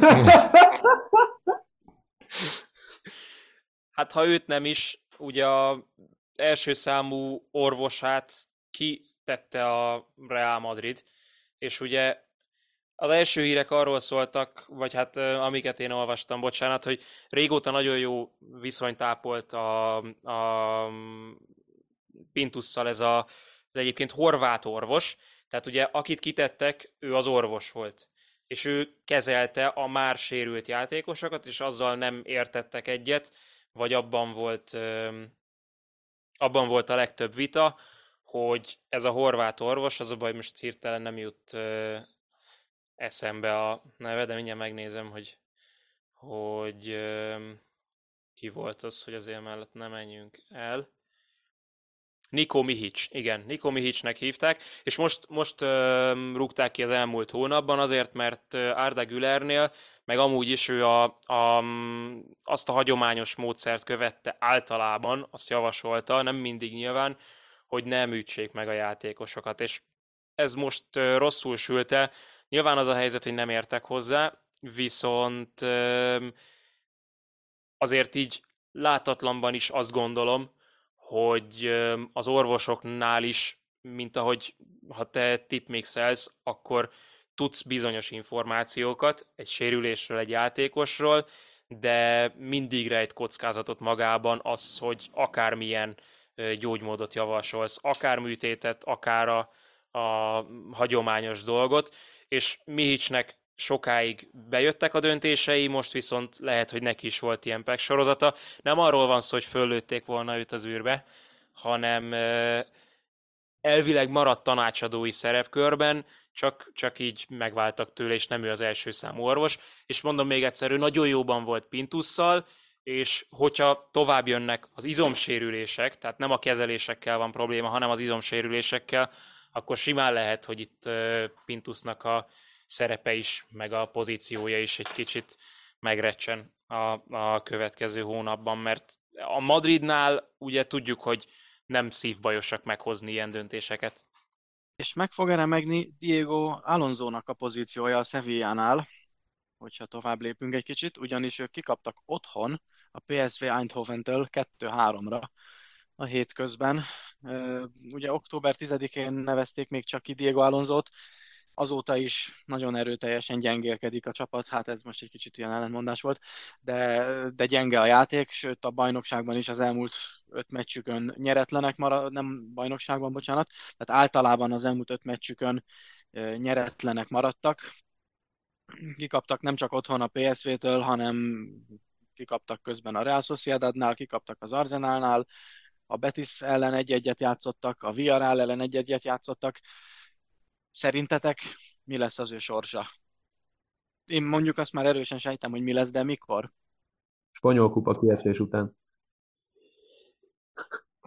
Hát ha őt nem is, ugye a első számú orvosát kitette a Real Madrid, és ugye az első hírek arról szóltak, vagy hát amiket én olvastam, bocsánat, hogy régóta nagyon jó viszonyt ápolt a, a Pintusszal ez a, az egyébként horvát orvos, tehát ugye akit kitettek, ő az orvos volt. És ő kezelte a már sérült játékosokat, és azzal nem értettek egyet, vagy abban volt, abban volt a legtöbb vita, hogy ez a horvát orvos, az a baj, most hirtelen nem jut eszembe a neve, de mindjárt megnézem, hogy, hogy ki volt az, hogy azért mellett nem menjünk el. Niko Mihic, igen, Niko Mihicnek hívták, és most, most uh, rúgták ki az elmúlt hónapban azért, mert Arda Gülernél, meg amúgy is ő a, a, azt a hagyományos módszert követte általában, azt javasolta, nem mindig nyilván, hogy ne műtsék meg a játékosokat, és ez most uh, rosszul sült el. Nyilván az a helyzet, hogy nem értek hozzá, viszont uh, azért így látatlanban is azt gondolom, hogy az orvosoknál is, mint ahogy ha te tipmixelsz, akkor tudsz bizonyos információkat egy sérülésről, egy játékosról, de mindig rejt kockázatot magában az, hogy akármilyen gyógymódot javasolsz, akár műtétet, akár a, a hagyományos dolgot, és Mihicsnek sokáig bejöttek a döntései, most viszont lehet, hogy neki is volt ilyen pek sorozata. Nem arról van szó, hogy föllőtték volna őt az űrbe, hanem elvileg maradt tanácsadói szerepkörben, csak, csak így megváltak tőle, és nem ő az első számú orvos. És mondom még egyszer, ő nagyon jóban volt Pintusszal, és hogyha tovább jönnek az izomsérülések, tehát nem a kezelésekkel van probléma, hanem az izomsérülésekkel, akkor simán lehet, hogy itt Pintusnak a szerepe is, meg a pozíciója is egy kicsit megrecsen a, a következő hónapban, mert a Madridnál ugye tudjuk, hogy nem szívbajosak meghozni ilyen döntéseket. És meg fog remegni Diego Alonso-nak a pozíciója a Sevillánál, hogyha tovább lépünk egy kicsit, ugyanis ők kikaptak otthon a pé es vé Eindhoven-től kettő háromra a hétközben. Ugye október tizedikén nevezték még csak ki Diego Alonso-t, azóta is nagyon erőteljesen gyengélkedik a csapat, hát ez most egy kicsit ilyen ellentmondás volt, de, de gyenge a játék, sőt a bajnokságban is az elmúlt öt meccsükön nyeretlenek marad, nem bajnokságban, bocsánat, tehát általában az elmúlt öt meccsükön nyeretlenek maradtak. Kikaptak nem csak otthon a pé es vé-től, hanem kikaptak közben a Real Sociedadnál, kikaptak az Arsenalnál, a Betis ellen egy-egyet játszottak, a Villarreal ellen egy-egyet játszottak. Szerintetek mi lesz az ő sorsa? Én mondjuk azt már erősen sejtem, hogy mi lesz, de mikor? Spanyol kupa kiesés után.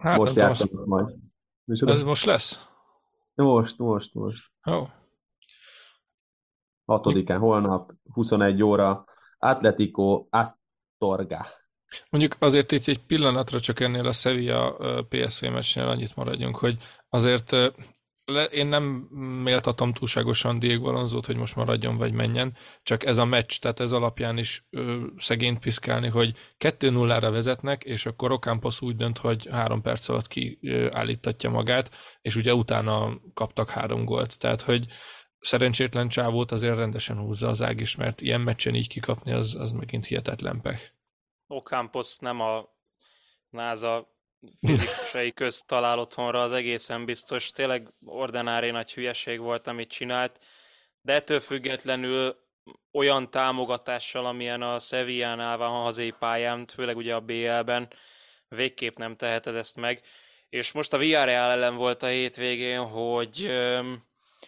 Hát nem Most tudom, az, játszanak majd. ez most lesz? Most, most, most. Jó. hatodikán, holnap, huszonegy óra, Atletico Astorga. Mondjuk azért itt egy pillanatra csak ennél a Sevilla pé es vé meccsnél annyit maradjunk, hogy azért le, én nem méltatom túlságosan Diego Alonzót, hogy most maradjon vagy menjen, csak ez a meccs, tehát ez alapján is ö, szegényt piszkálni, hogy kettő nullára vezetnek, és akkor Ocampos úgy dönt, hogy három perc alatt kiállítatja magát, és ugye utána kaptak három gólt. Tehát, hogy szerencsétlen csávót azért rendesen húzza az ág is, mert ilyen meccsen így kikapni, az, az megint hihetetlen pech. Ocampos nem a NASA fizikusai közt talál otthonra, az egészen biztos. Tényleg ordinári nagy hülyeség volt, amit csinált, de ettől függetlenül olyan támogatással, amilyen a Sevillánál van a hazai pályán, főleg ugye a bé el-ben, végképp nem teheted ezt meg. És most a Villarreal ellen volt a hétvégén, hogy öm,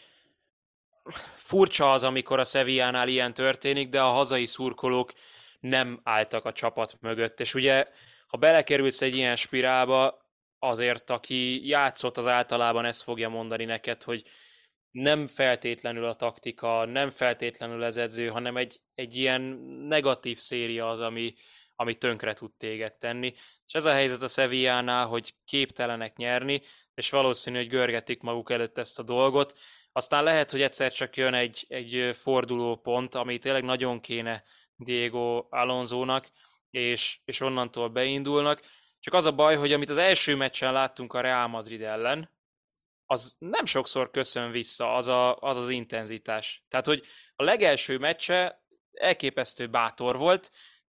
furcsa az, amikor a Sevillánál ilyen történik, de a hazai szurkolók nem álltak a csapat mögött. És ugye, ha belekerülsz egy ilyen spirálba, azért aki játszott, az általában ezt fogja mondani neked, hogy nem feltétlenül a taktika, nem feltétlenül az edző, hanem egy, egy ilyen negatív széria az, ami, ami tönkre tud téged tenni. És ez a helyzet a Sevillánál, hogy képtelenek nyerni, és valószínű, hogy görgetik maguk előtt ezt a dolgot. Aztán lehet, hogy egyszer csak jön egy, egy fordulópont, ami tényleg nagyon kéne Diego Alonzónak, és, és onnantól beindulnak. Csak az a baj, hogy amit az első meccsen láttunk a Real Madrid ellen, az nem sokszor köszön vissza, az, a, az az intenzitás. Tehát, hogy a legelső meccse elképesztő bátor volt,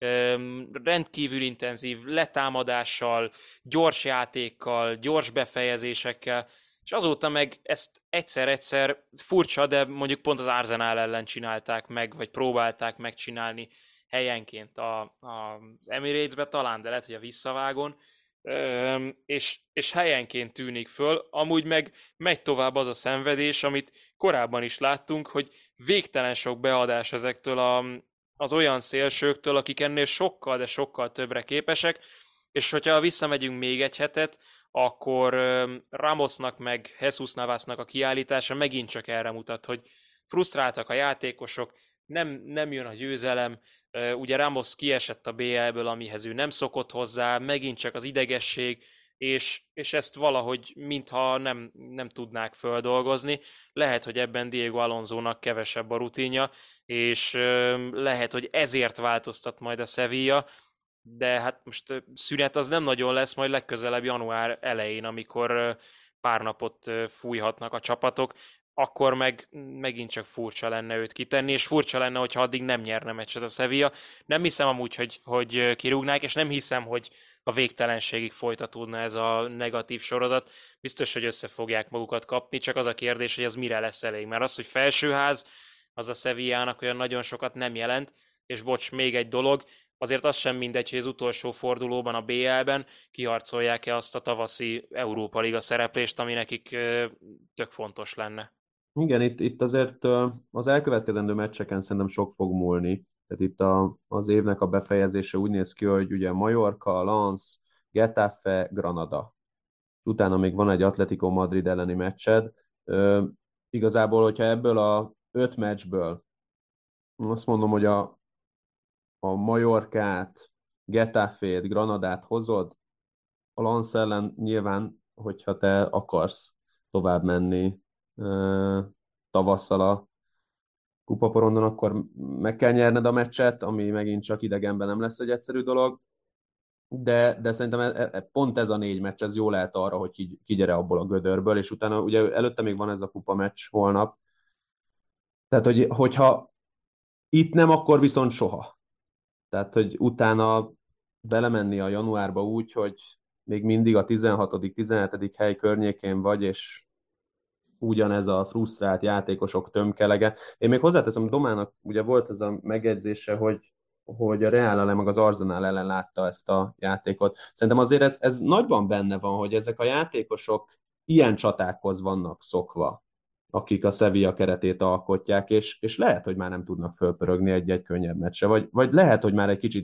rendkívül intenzív letámadással, gyors játékkal, gyors befejezésekkel, és azóta meg ezt egyszer-egyszer furcsa, de mondjuk pont az Arsenal ellen csinálták meg, vagy próbálták megcsinálni helyenként a, a, az Emirates-be talán, de lehet, hogy a visszavágon, Öm, és, és helyenként tűnik föl, amúgy meg megy tovább az a szenvedés, amit korábban is láttunk, hogy végtelen sok beadás ezektől a, az olyan szélsőktől, akik ennél sokkal, de sokkal többre képesek, és hogyha visszamegyünk még egy hetet, akkor Ramosnak meg Jesus Navasnak a kiállítása megint csak erre mutat, hogy frusztráltak a játékosok, nem, nem jön a győzelem, ugye Ramos kiesett a bé el-ből, amihez ő nem szokott hozzá, megint csak az idegesség, és, és ezt valahogy mintha nem, nem tudnák földolgozni. Lehet, hogy ebben Diego Alonzónak kevesebb a rutinja, és lehet, hogy ezért változtat majd a Sevilla, de hát most szünet az nem nagyon lesz, majd legközelebb január elején, amikor pár napot fújhatnak a csapatok, akkor meg megint csak furcsa lenne őt kitenni, és furcsa lenne, hogyha addig nem nyerne meccset a Sevilla. Nem hiszem amúgy, hogy, hogy kirúgnák, és nem hiszem, hogy a végtelenségig folytatódna ez a negatív sorozat. Biztos, hogy össze fogják magukat kapni, csak az a kérdés, hogy az mire lesz elég. Mert az, hogy felsőház, az a Sevillának olyan nagyon sokat nem jelent, és bocs, még egy dolog, azért az sem mindegy, hogy az utolsó fordulóban a bé el-ben kiharcolják-e azt a tavaszi Európa Liga szereplést, ami nekik tök fontos lenne. Igen, itt, itt azért az elkövetkezendő meccseken szerintem sok fog múlni. Tehát itt a, az évnek a befejezése úgy néz ki, hogy ugye Mallorca, Lens, Getafe, Granada. Utána még van egy Atletico Madrid elleni meccsed. Ö, igazából, hogyha ebből a öt meccsből azt mondom, hogy a, a Mallorcát, Getafét, Granadát hozod, a Lens ellen nyilván, hogyha te akarsz tovább menni tavasszal a kupaporondon, akkor meg kell nyerned a meccset, ami megint csak idegenben nem lesz egy egyszerű dolog, de, de szerintem e, e, pont ez a négy meccs, ez jó lehet arra, hogy kigy, kigyere abból a gödörből, és utána ugye előtte még van ez a kupa meccs holnap, tehát hogy, hogyha itt nem, akkor viszont soha. Tehát, hogy utána belemenni a januárba úgy, hogy még mindig a tizenhatodik tizenhetedik hely környékén vagy, és ugyanez a frusztrált játékosok tömkelege. Én még hozzáteszem, Domának ugye volt ez a megjegyzése, hogy, hogy a Real ellen meg az Arsenal ellen látta ezt a játékot. Szerintem azért ez, ez nagyban benne van, hogy ezek a játékosok ilyen csatákhoz vannak szokva, akik a Sevilla keretét alkotják, és, és lehet, hogy már nem tudnak fölpörögni egy-egy könnyebb meccse, vagy, vagy lehet, hogy már egy kicsit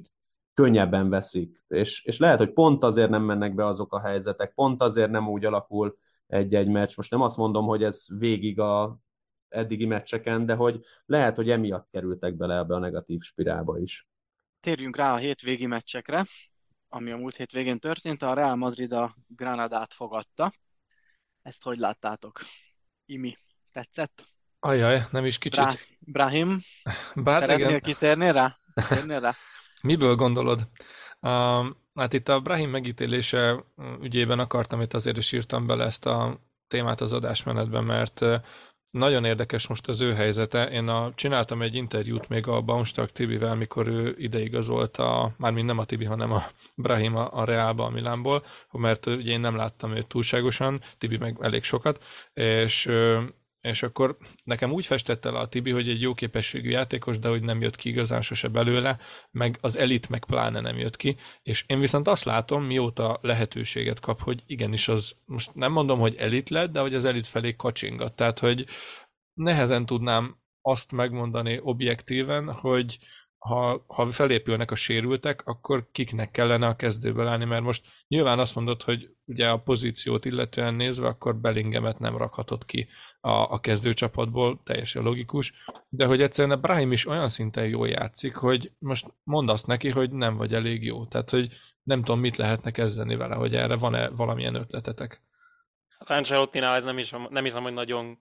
könnyebben veszik. És, és lehet, hogy pont azért nem mennek be azok a helyzetek, pont azért nem úgy alakul egy-egy meccs. Most nem azt mondom, hogy ez végig a eddigi meccseken, de hogy lehet, hogy emiatt kerültek bele ebbe a negatív spirálba is. Térjünk rá a hétvégi meccsekre, ami a múlt hétvégén történt. A Real Madrid a Granadát fogadta. Ezt hogy láttátok? Imi, tetszett? Ajaj, nem is kicsit. Bra- Brahim, Bár szeretnél igen, kitérni rá? Térnél rá? miből gondolod? Uh, hát itt a Brahim megítélése ügyében akartam, itt azért is írtam bele ezt a témát az adásmenetben, mert uh, nagyon érdekes most az ő helyzete. Én a, csináltam egy interjút még a Baumstark Tibivel, mikor ő ideigazolt, a, mármint nem a Tibi, hanem a Brahim a, a Realba, a Milánból, mert ugye én nem láttam őt túlságosan, Tibi meg elég sokat, és uh, és akkor nekem úgy festette le a Tibi, hogy egy jó képességű játékos, de hogy nem jött ki igazán sose belőle, meg az elit meg pláne nem jött ki, és én viszont azt látom, mióta lehetőséget kap, hogy igenis az, most nem mondom, hogy elit lett, de hogy az elit felé kacsingat, tehát hogy nehezen tudnám azt megmondani objektíven, hogy ha, ha felépülnek a sérültek, akkor kiknek kellene a kezdőből állni, mert most nyilván azt mondod, hogy ugye a pozíciót illetően nézve, akkor Bellinghamet nem rakhatod ki a, a kezdőcsapatból, teljesen logikus, de hogy egyszerűen a Brahim is olyan szinten jól játszik, hogy most mondd azt neki, hogy nem vagy elég jó, tehát hogy nem tudom, mit lehetne kezdeni vele, hogy erre van-e valamilyen ötletetek. Ancelottinál ez nem, is, nem hiszem, hogy nagyon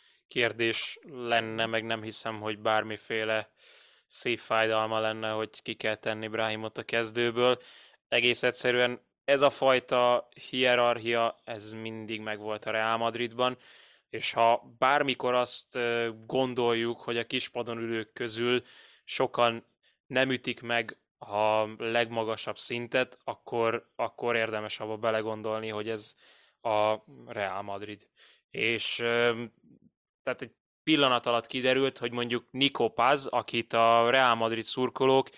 kérdés lenne, meg nem hiszem, hogy bármiféle szép fájdalma lenne, hogy ki kell tenni Brahimot a kezdőből. Egész egyszerűen ez a fajta hierarchia, ez mindig megvolt a Real Madridban, és ha bármikor azt gondoljuk, hogy a kispadon ülők közül sokan nem ütik meg a legmagasabb szintet, akkor, akkor érdemes abba belegondolni, hogy ez a Real Madrid. És tehát egy pillanat alatt kiderült, hogy mondjuk Nico Paz, akit a Real Madrid szurkolók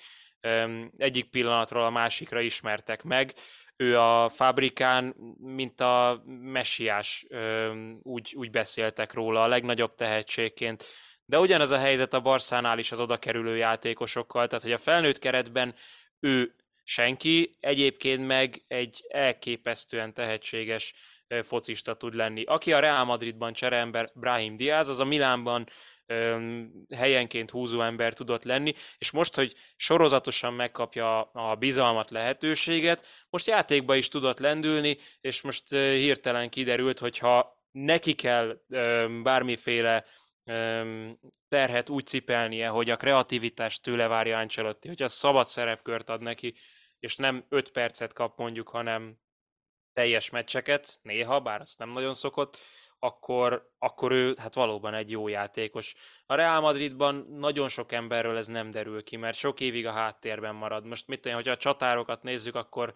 egyik pillanatról a másikra ismertek meg, ő a Fabrikán, mint a messiás, úgy, úgy beszéltek róla, a legnagyobb tehetségként. De ugyanaz a helyzet a Barszánál is az oda kerülő játékosokkal, tehát hogy a felnőtt keretben ő senki, egyébként meg egy elképesztően tehetséges focista tud lenni. Aki a Real Madridban csereember, Brahim Diaz, az a Milánban helyenként húzó ember tudott lenni, és most, hogy sorozatosan megkapja a bizalmat, lehetőséget, most játékba is tudott lendülni, és most hirtelen kiderült, hogyha neki kell bármiféle terhet úgy cipelnie, hogy a kreativitást tőle várja Ancelotti, hogy a szabad szerepkört ad neki, és nem öt percet kap mondjuk, hanem teljes meccseket, néha, bár azt nem nagyon szokott, akkor, akkor ő hát valóban egy jó játékos. A Real Madridban nagyon sok emberről ez nem derül ki, mert sok évig a háttérben marad. Most mit tudom, hogyha a csatárokat nézzük, akkor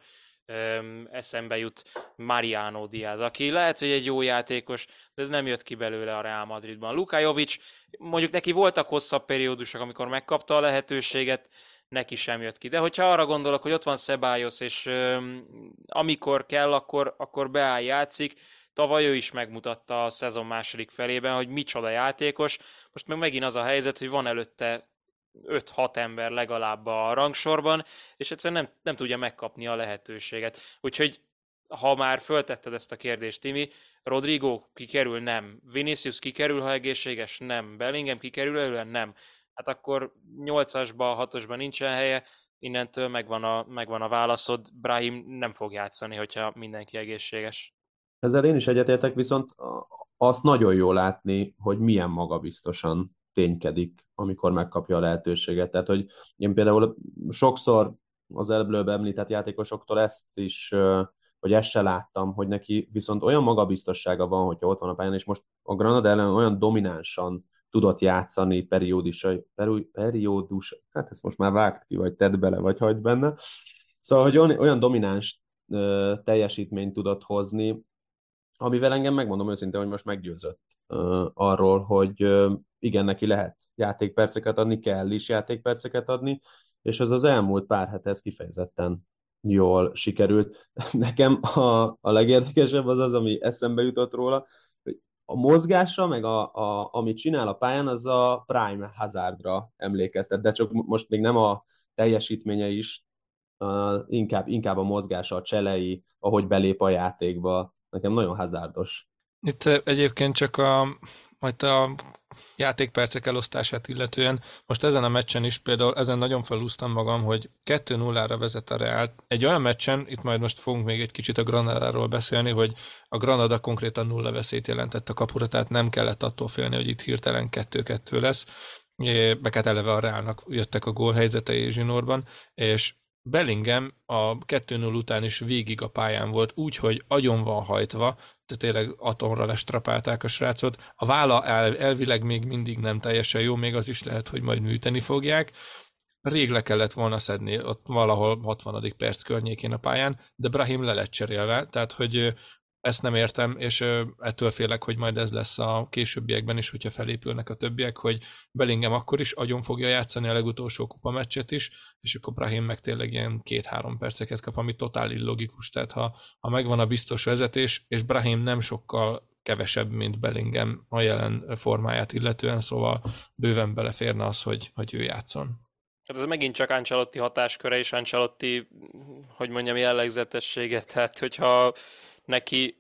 öm, eszembe jut Mariano Diaz, aki lehet, hogy egy jó játékos, de ez nem jött ki belőle a Real Madridban. Luka Jovic, mondjuk neki voltak hosszabb periódusok, amikor megkapta a lehetőséget, neki sem jött ki. De hogyha arra gondolok, hogy ott van Ceballos, és öm, amikor kell, akkor, akkor beáll, játszik. Tavaly ő is megmutatta a szezon második felében, hogy micsoda játékos. Most meg megint az a helyzet, hogy van előtte öt-hat ember legalább a rangsorban, és egyszerűen nem, nem tudja megkapni a lehetőséget. Úgyhogy ha már föltetted ezt a kérdést, Timi, Rodrigo kikerül? Nem. Vinicius kikerül, ha egészséges? Nem. Bellingham kikerül előle? Nem. Hát akkor nyolcasban, hatosban nincsen helye, innentől megvan a, megvan a válaszod. Brahim nem fog játszani, hogyha mindenki egészséges. Ezzel én is egyetértek, viszont azt nagyon jó látni, hogy milyen magabiztosan ténykedik, amikor megkapja a lehetőséget. Tehát, hogy én például sokszor az előbb említett játékosoktól ezt is, hogy ezt se láttam, hogy neki viszont olyan magabiztossága van, hogyha ott van a pályán, és most a Granada ellen olyan dominánsan tudott játszani periódus, periódus, hát ezt most már vágt ki, vagy tedd bele, vagy hagyd benne. Szóval, hogy olyan, olyan domináns teljesítményt tudott hozni, amivel engem megmondom őszintén, hogy most meggyőzött uh, arról, hogy uh, igen, neki lehet játékperceket adni, kell is játékperceket adni, és az az elmúlt pár hete ez kifejezetten jól sikerült. Nekem a, a legérdekesebb az az, ami eszembe jutott róla, hogy a mozgása, meg a, a, amit csinál a pályán, az a Prime Hazardra emlékeztet, de csak most még nem a teljesítménye is uh, inkább, inkább a mozgása, a cselei, ahogy belép a játékba, nekem nagyon hazárdos. Itt egyébként csak a, majd a játékpercek elosztását illetően, most ezen a meccsen is például ezen nagyon felúztam magam, hogy kettő nullára vezet a Real. Egy olyan meccsen, itt majd most fogunk még egy kicsit a Granadáról beszélni, hogy a Granada konkrétan nulla veszélyt jelentett a kapura, tehát nem kellett attól félni, hogy itt hirtelen kettő-kettő lesz. Meg hát eleve a Realnak jöttek a gólhelyzetei zsinórban, és Bellingham a kettő null után is végig a pályán volt, úgy, hogy agyon van hajtva, de tényleg atomra lestrapálták a srácot. A válla el, elvileg még mindig nem teljesen jó, még az is lehet, hogy majd műteni fogják. Rég le kellett volna szedni ott valahol hatvanadik perc környékén a pályán, de Brahim le lett cserélve, tehát hogy ezt nem értem, és ettől félek, hogy majd ez lesz a későbbiekben is, hogyha felépülnek a többiek, hogy Bellingham akkor is agyon fogja játszani a legutolsó kupameccset is, és akkor Brahim meg tényleg ilyen két-három perceket kap, ami totál illogikus. Tehát ha, ha megvan a biztos vezetés, és Brahim nem sokkal kevesebb, mint Bellingham a jelen formáját illetően, szóval bőven beleférne az, hogy, hogy ő játszon. Hát ez megint csak Ancelotti hatásköre és Ancelotti, hogy mondjam, jellegzetessége. Tehát, hogyha neki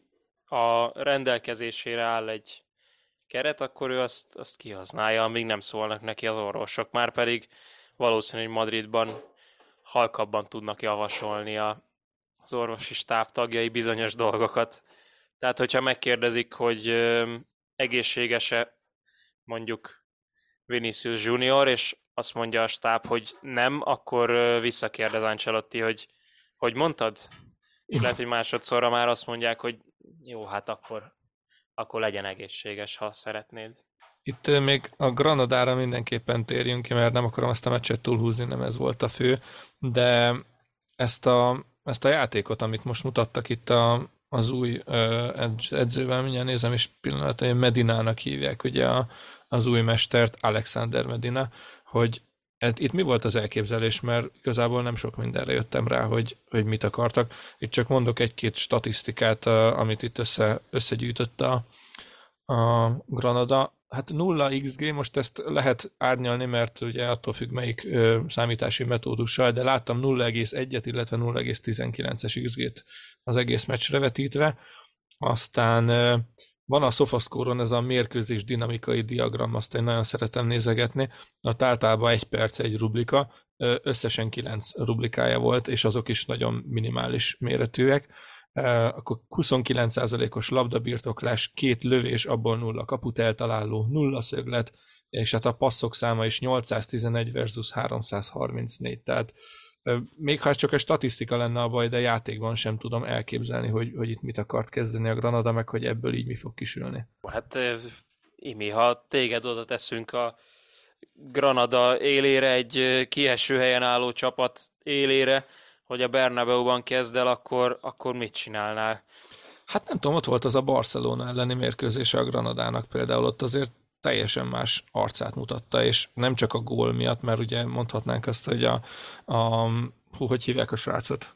a rendelkezésére áll egy keret, akkor ő azt, azt kihasználja, amíg nem szólnak neki az orvosok. Márpedig valószínű, hogy Madridban halkabban tudnak javasolni a, az orvosi stáb tagjai bizonyos dolgokat. Tehát, hogyha megkérdezik, hogy ö, egészséges-e mondjuk Vinicius Junior, és azt mondja a stáb, hogy nem, akkor ö, visszakérdez Ancelotti, hogy hogy mondtad? És lehet, hogy másodszorra már azt mondják, hogy jó, hát akkor, akkor legyen egészséges, ha szeretnéd. Itt még a Granadára mindenképpen térjünk ki, mert nem akarom ezt a meccset túlhúzni, nem ez volt a fő, de ezt a, ezt a játékot, amit most mutattak itt a, az új edzővel, mindjárt nézem, és pillanatban, hogy Medinának hívják, ugye a, az új mestert, Alexander Medina, hogy itt mi volt az elképzelés, mert igazából nem sok mindenre jöttem rá, hogy, hogy mit akartak. Itt csak mondok egy-két statisztikát, amit itt össze, összegyűjtött a, a Granada. Hát nulla iksz gé, most ezt lehet árnyalni, mert ugye attól függ melyik ö, számítási metódussal, de láttam nulla egész egyet, illetve nulla egész tizenkilences iksz gét az egész meccsre vetítve. Aztán ö, van a SofaScore-on ez a mérkőzés dinamikai diagram, azt én nagyon szeretem nézegetni. Ott általában egy perc egy rubrika, összesen kilenc rubrikája volt, és azok is nagyon minimális méretűek. Akkor huszonkilenc százalékos labdabirtoklás, két lövés, abból nulla kaput eltaláló, nulla szöglet, és hát a passzok száma is nyolcszáztizenegy versus háromszázharmincnégy, tehát még ha ez csak egy statisztika lenne a baj, de játékban sem tudom elképzelni, hogy, hogy itt mit akart kezdeni a Granada, meg hogy ebből így mi fog kisülni. Hát Imi, ha téged oda teszünk a Granada élére, egy kieső helyen álló csapat élére, hogy a Bernabeuban kezd el, akkor, akkor mit csinálnál? Hát nem tudom, ott volt az a Barcelona elleni mérkőzése a Granadának például, ott azért teljesen más arcát mutatta, és nem csak a gól miatt, mert ugye mondhatnánk azt, hogy a, a hú, hogy hívják a srácot?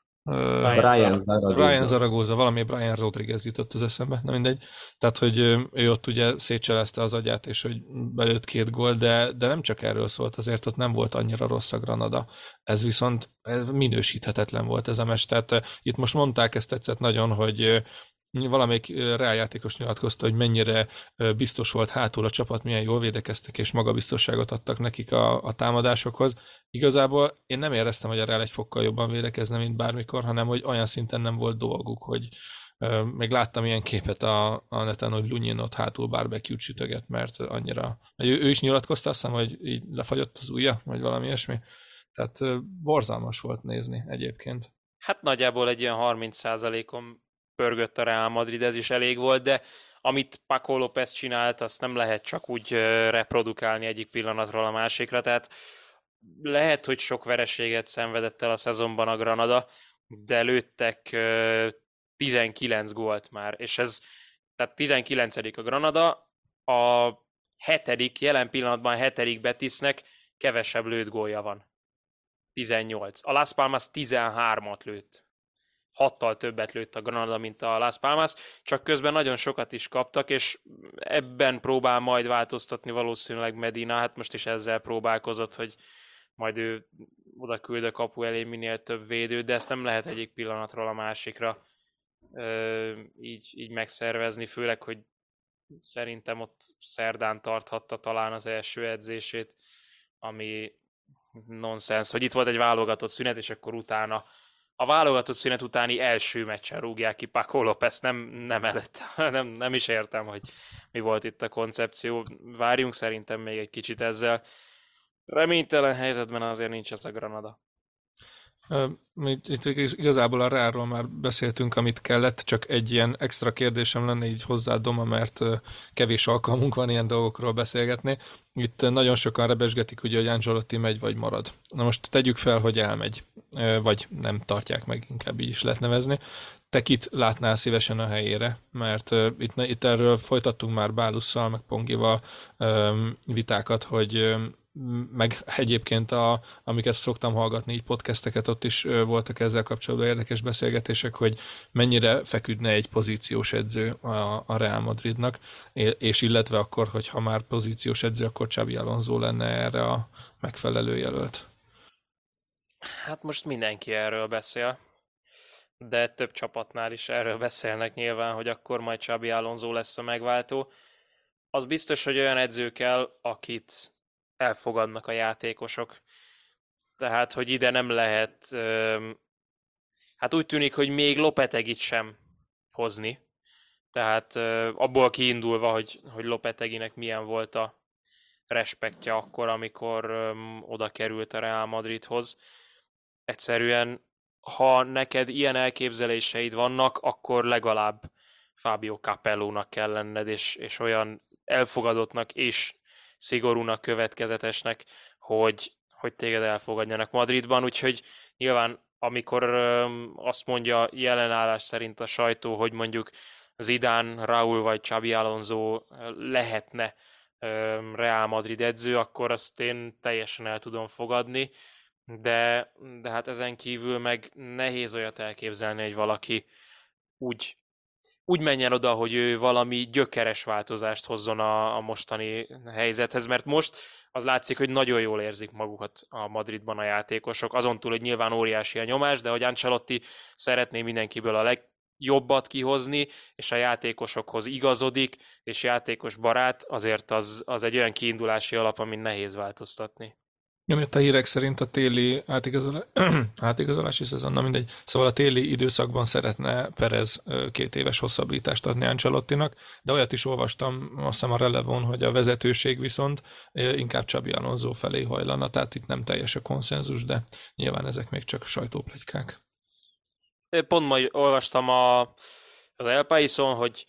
Brian Zaragoza. Brian Zaragoza, valami Brian Rodriguez jutott az eszembe, nem mindegy. Tehát, hogy ő ott ugye szétcselezte az agyát, és hogy belőtt két gól, de, de nem csak erről szólt, azért ott nem volt annyira rossz a Granada. Ez viszont ez minősíthetetlen volt ez a meccs. Tehát itt most mondták, ezt tetszett nagyon, hogy valamelyik reáljátékos nyilatkozta, hogy mennyire biztos volt hátul a csapat, milyen jól védekeztek, és magabiztosságot adtak nekik a, a támadásokhoz. Igazából én nem éreztem, hogy a Real egy fokkal jobban védekezne, mint bármikor, hanem hogy olyan szinten nem volt dolguk, hogy uh, még láttam ilyen képet a, a neten, hogy Lunyin ott hátul barbecue-t sütöget, mert annyira... Ő, ő is nyilatkozta, azt hiszem, hogy így lefagyott az ujja, vagy valami ilyesmi. Tehát uh, borzalmas volt nézni egyébként. Hát nagyjából egy ilyen harminc százalékon pörgött a Real Madrid, ez is elég volt, de amit Paco López csinált, azt nem lehet csak úgy reprodukálni egyik pillanatról a másikra, tehát lehet, hogy sok vereséget szenvedett el a szezonban a Granada, de lőttek tizenkilenc gólt már, és ez, tehát tizenkilencedik a Granada, a hetedik, jelen pillanatban a hetedik Betisnek kevesebb lőtt gólja van. tizennyolc. A Las Palmas tizenhármat lőtt. Hattal többet lőtt a Granada, mint a Las Palmas, csak közben nagyon sokat is kaptak, és ebben próbál majd változtatni valószínűleg Medina, hát most is ezzel próbálkozott, hogy majd ő oda küld a kapu elé minél több védőt, de ezt nem lehet egyik pillanatról a másikra ö, így, így megszervezni, főleg, hogy szerintem ott szerdán tarthatta talán az első edzését, ami nonsens, hogy itt volt egy válogatott szünet, és akkor utána a válogatott szünet utáni első meccsen rúgják ki Paco López, nem, nem előtt, nem, nem is értem, hogy mi volt itt a koncepció. Várjunk szerintem még egy kicsit ezzel. Reménytelen helyzetben azért nincs ez a Granada. Itt igazából a Reálról már beszéltünk, amit kellett, csak egy ilyen extra kérdésem lenne így hozzá, Doma, mert kevés alkalmunk van ilyen dolgokról beszélgetni. Itt nagyon sokan rebesgetik, ugye, hogy Ancelotti megy vagy marad. Na most tegyük fel, hogy elmegy, vagy nem tartják meg, inkább így is lehet nevezni. Te kit látnál szívesen a helyére? Mert itt, itt erről folytattunk már Bálusszal, meg Pongival vitákat, hogy meg egyébként, a, amiket szoktam hallgatni, így podcasteket, ott is voltak ezzel kapcsolatban érdekes beszélgetések, hogy mennyire feküdne egy pozíciós edző a, a Real Madridnak, és illetve akkor, hogyha már pozíciós edző, akkor Xabi Alonso lenne erre a megfelelő jelölt. Hát most mindenki erről beszél, de több csapatnál is erről beszélnek nyilván, hogy akkor majd Xabi Alonso lesz a megváltó. Az biztos, hogy olyan edző kell, akit elfogadnak a játékosok. Tehát, hogy ide nem lehet, hát úgy tűnik, hogy még Lopetegit sem hozni. Tehát abból kiindulva, hogy, hogy Lopeteginek milyen volt a respektja akkor, amikor oda került a Real Madridhoz. Egyszerűen, ha neked ilyen elképzeléseid vannak, akkor legalább Fabio Capellónak kell lenned, és, és olyan elfogadottnak és szigorúnak, következetesnek, hogy, hogy téged elfogadjanak Madridban, úgyhogy nyilván amikor azt mondja jelenállás szerint a sajtó, hogy mondjuk Zidane, Raúl vagy Xabi Alonso lehetne Real Madrid edző, akkor azt én teljesen el tudom fogadni, de, de hát ezen kívül meg nehéz olyat elképzelni, hogy valaki úgy úgy menjen oda, hogy ő valami gyökeres változást hozzon a, a mostani helyzethez, mert most az látszik, hogy nagyon jól érzik magukat a Madridban a játékosok, azon túl, hogy nyilván óriási a nyomás, de hogy Ancelotti szeretné mindenkiből a legjobbat kihozni, és a játékosokhoz igazodik, és játékos barát, azért az, az egy olyan kiindulási alap, amin nehéz változtatni. Mert a hírek szerint a téli átigazolá... átigazolási szezon, na mindegy. Szóval a téli időszakban szeretne Perez két éves hosszabbítást adni Ancelottinak, de olyat is olvastam, azt hiszem a Relevon, hogy a vezetőség viszont inkább Xabi Alonso felé hajlana, tehát itt nem teljes a konszenzus, de nyilván ezek még csak sajtópletykák. Pont majd olvastam a, az El Paison, hogy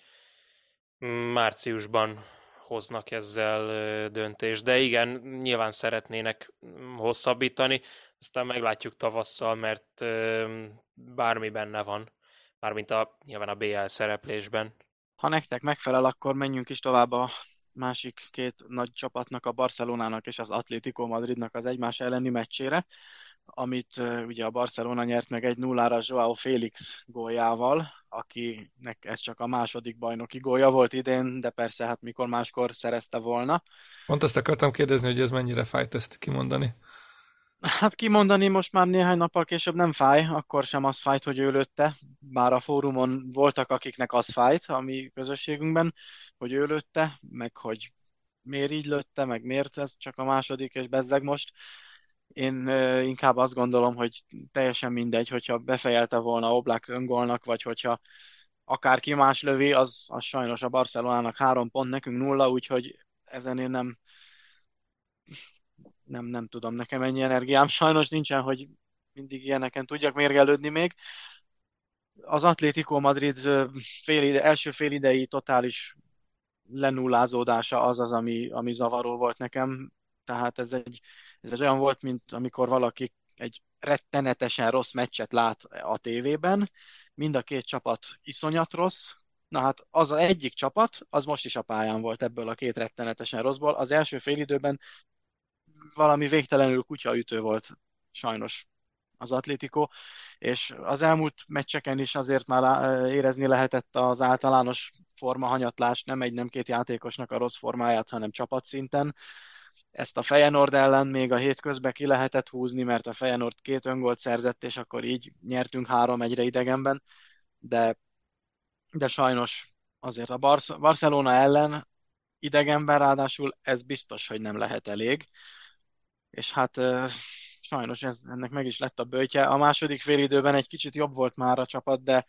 márciusban hoznak ezzel döntést, de igen, nyilván szeretnének hosszabbítani, aztán meglátjuk tavasszal, mert bármi benne van, mármint a, nyilván a bé el szereplésben. Ha nektek megfelel, akkor menjünk is tovább a másik két nagy csapatnak, a Barcelonának és az Atlético Madridnak az egymás elleni meccsére, amit uh, ugye a Barcelona nyert meg egy nullára Joao Félix góljával, akinek ez csak a második bajnoki gólja volt idén, de persze hát mikor máskor szerezte volna. Pont ezt akartam kérdezni, hogy ez mennyire fájt ezt kimondani. Hát kimondani most már néhány nappal később nem fáj, akkor sem az fájt, hogy ő lőtte, bár a fórumon voltak, akiknek az fájt a mi közösségünkben, hogy ő lőtte, meg hogy miért így lőtte, meg miért ez csak a második, és bezzeg most. Én uh, inkább azt gondolom, hogy teljesen mindegy, hogyha befejelte volna Oblak öngólnak, vagy hogyha akárki más lövi, az, az sajnos a Barcelonának három pont, nekünk nulla, úgyhogy ezen én nem, nem, nem tudom, nekem ennyi energiám sajnos nincsen, hogy mindig ilyeneken tudjak mérgelődni még. Az Atlético Madrid fél ide, első fél idei totális lenullázódása az az, ami, ami zavaró volt nekem. Tehát ez egy, ez egy olyan volt, mint amikor valaki egy rettenetesen rossz meccset lát a tévében, mind a két csapat iszonyat rossz. Na hát az az egyik csapat, az most is a pályán volt ebből a két rettenetesen rosszból. Az első fél időben valami végtelenül kutyaütő volt sajnos az Atlético, és az elmúlt meccseken is azért már érezni lehetett az általános formahanyatlás, nem egy, nem két játékosnak a rossz formáját, hanem csapatszinten. ezt a Feyenoord ellen még a hétközben ki lehetett húzni, mert a Feyenoord két öngolt szerzett, és akkor így nyertünk három egyre idegenben, de, de sajnos azért a Barc- Barcelona ellen idegenben ráadásul ez biztos, hogy nem lehet elég, és hát sajnos ez, ennek meg is lett a böjtje. A második félidőben egy kicsit jobb volt már a csapat, de,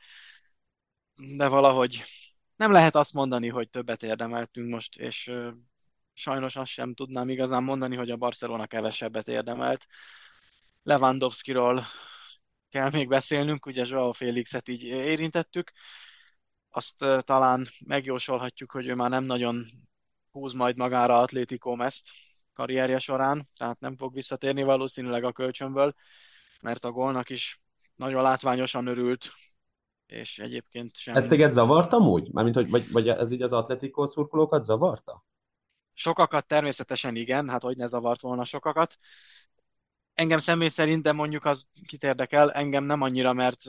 de valahogy nem lehet azt mondani, hogy többet érdemeltünk most, és sajnos azt sem tudnám igazán mondani, hogy a Barcelona kevesebbet érdemelt. Lewandowskiról kell még beszélnünk, ugye Joao Félixet így érintettük. Azt uh, talán megjósolhatjuk, hogy ő már nem nagyon húz majd magára Atlético Meszt karrierje során, tehát nem fog visszatérni valószínűleg a kölcsönből, mert a gólnak is nagyon látványosan örült, és egyébként sem... Ez téged zavart amúgy? Mármint, hogy vagy, vagy ez így az Atletico szurkolókat zavarta? Sokakat természetesen igen, hát hogy ne zavart volna sokakat. Engem személy szerint, de mondjuk az kit érdekel, engem nem annyira, mert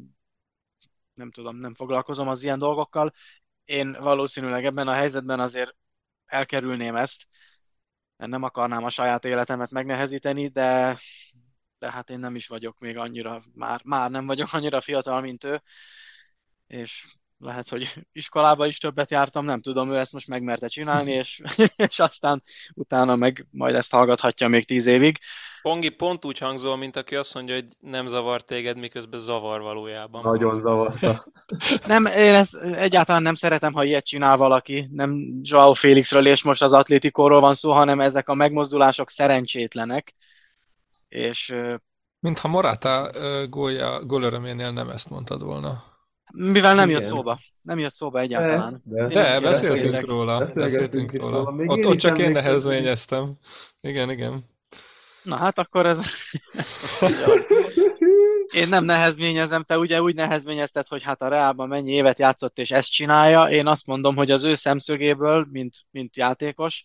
nem tudom, nem foglalkozom az ilyen dolgokkal. Én valószínűleg ebben a helyzetben azért elkerülném ezt, mert nem akarnám a saját életemet megnehezíteni, de, de hát én nem is vagyok még annyira, már, már nem vagyok annyira fiatal, mint ő, és lehet, hogy iskolába is többet jártam, nem tudom, ő ezt most megmerte csinálni, és, és aztán utána meg majd ezt hallgathatja még tíz évig. Pongi, pont úgy hangzol, mint aki azt mondja, hogy nem zavar téged, miközben zavar valójában. Nagyon zavarta. Nem, én ezt egyáltalán nem szeretem, ha ilyet csinál valaki. Nem Joao Félixről és most az Atlétikóról van szó, hanem ezek a megmozdulások szerencsétlenek. És Mintha Morata uh, gólja, gólöröménél nem ezt mondtad volna. mivel nem jött Igen. szóba. Nem jött szóba egyáltalán. De, de. Én De, nem beszéltünk kérdeztétek. róla. Beszélgettünk Beszéltünk is róla. róla. Még Ott, én ott is csak én emlékszem, nehezményeztem. Igen, igen. Na hát akkor ez... ez most így van. Én nem nehezményezem, te ugye úgy nehezményezted, hogy hát a Reálban mennyi évet játszott és ezt csinálja. Én azt mondom, hogy az ő szemszögéből, mint, mint játékos,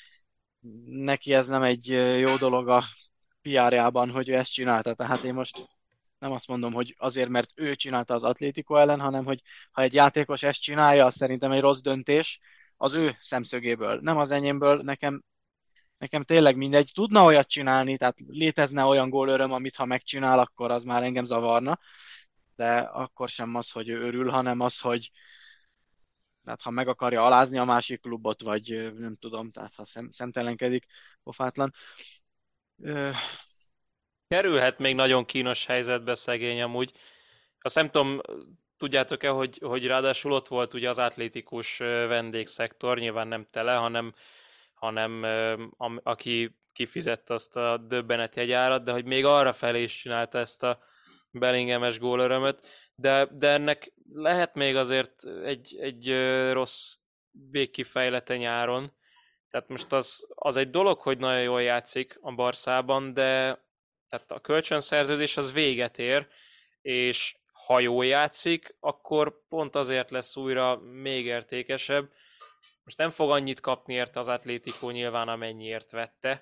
neki ez nem egy jó dolog a pé er-jában, hogy ő ezt csinálta. Tehát én most nem azt mondom, hogy azért, mert ő csinálta az Atlético ellen, hanem hogy ha egy játékos ezt csinálja, az szerintem egy rossz döntés az ő szemszögéből. Nem az enyémből, nekem, nekem tényleg mindegy. Tudna olyat csinálni, tehát létezne olyan gólöröm, amit ha megcsinál, akkor az már engem zavarna. De akkor sem az, hogy ő örül, hanem az, hogy tehát ha meg akarja alázni a másik klubot, vagy nem tudom, tehát ha szem, szemtelenkedik, pofátlan. Ö, Kerülhet még nagyon kínos helyzetbe szegény amúgy. Azt nem tudom, tudjátok-e, hogy, hogy ráadásul ott volt ugye az atlétikus vendégszektor, nyilván nem tele, hanem, hanem a, aki kifizette azt a döbbenetjegyárat, de hogy még arra felé is csinálta ezt a Bellingham-es gólörömöt, de, de ennek lehet még azért egy, egy rossz végkifejlete nyáron. Tehát most az, az egy dolog, hogy nagyon jól játszik a Barszában, de tehát a kölcsönszerződés az véget ér, és ha jól játszik, akkor pont azért lesz újra még értékesebb. Most nem fog annyit kapni érte az Atlético nyilván, amennyiért vette,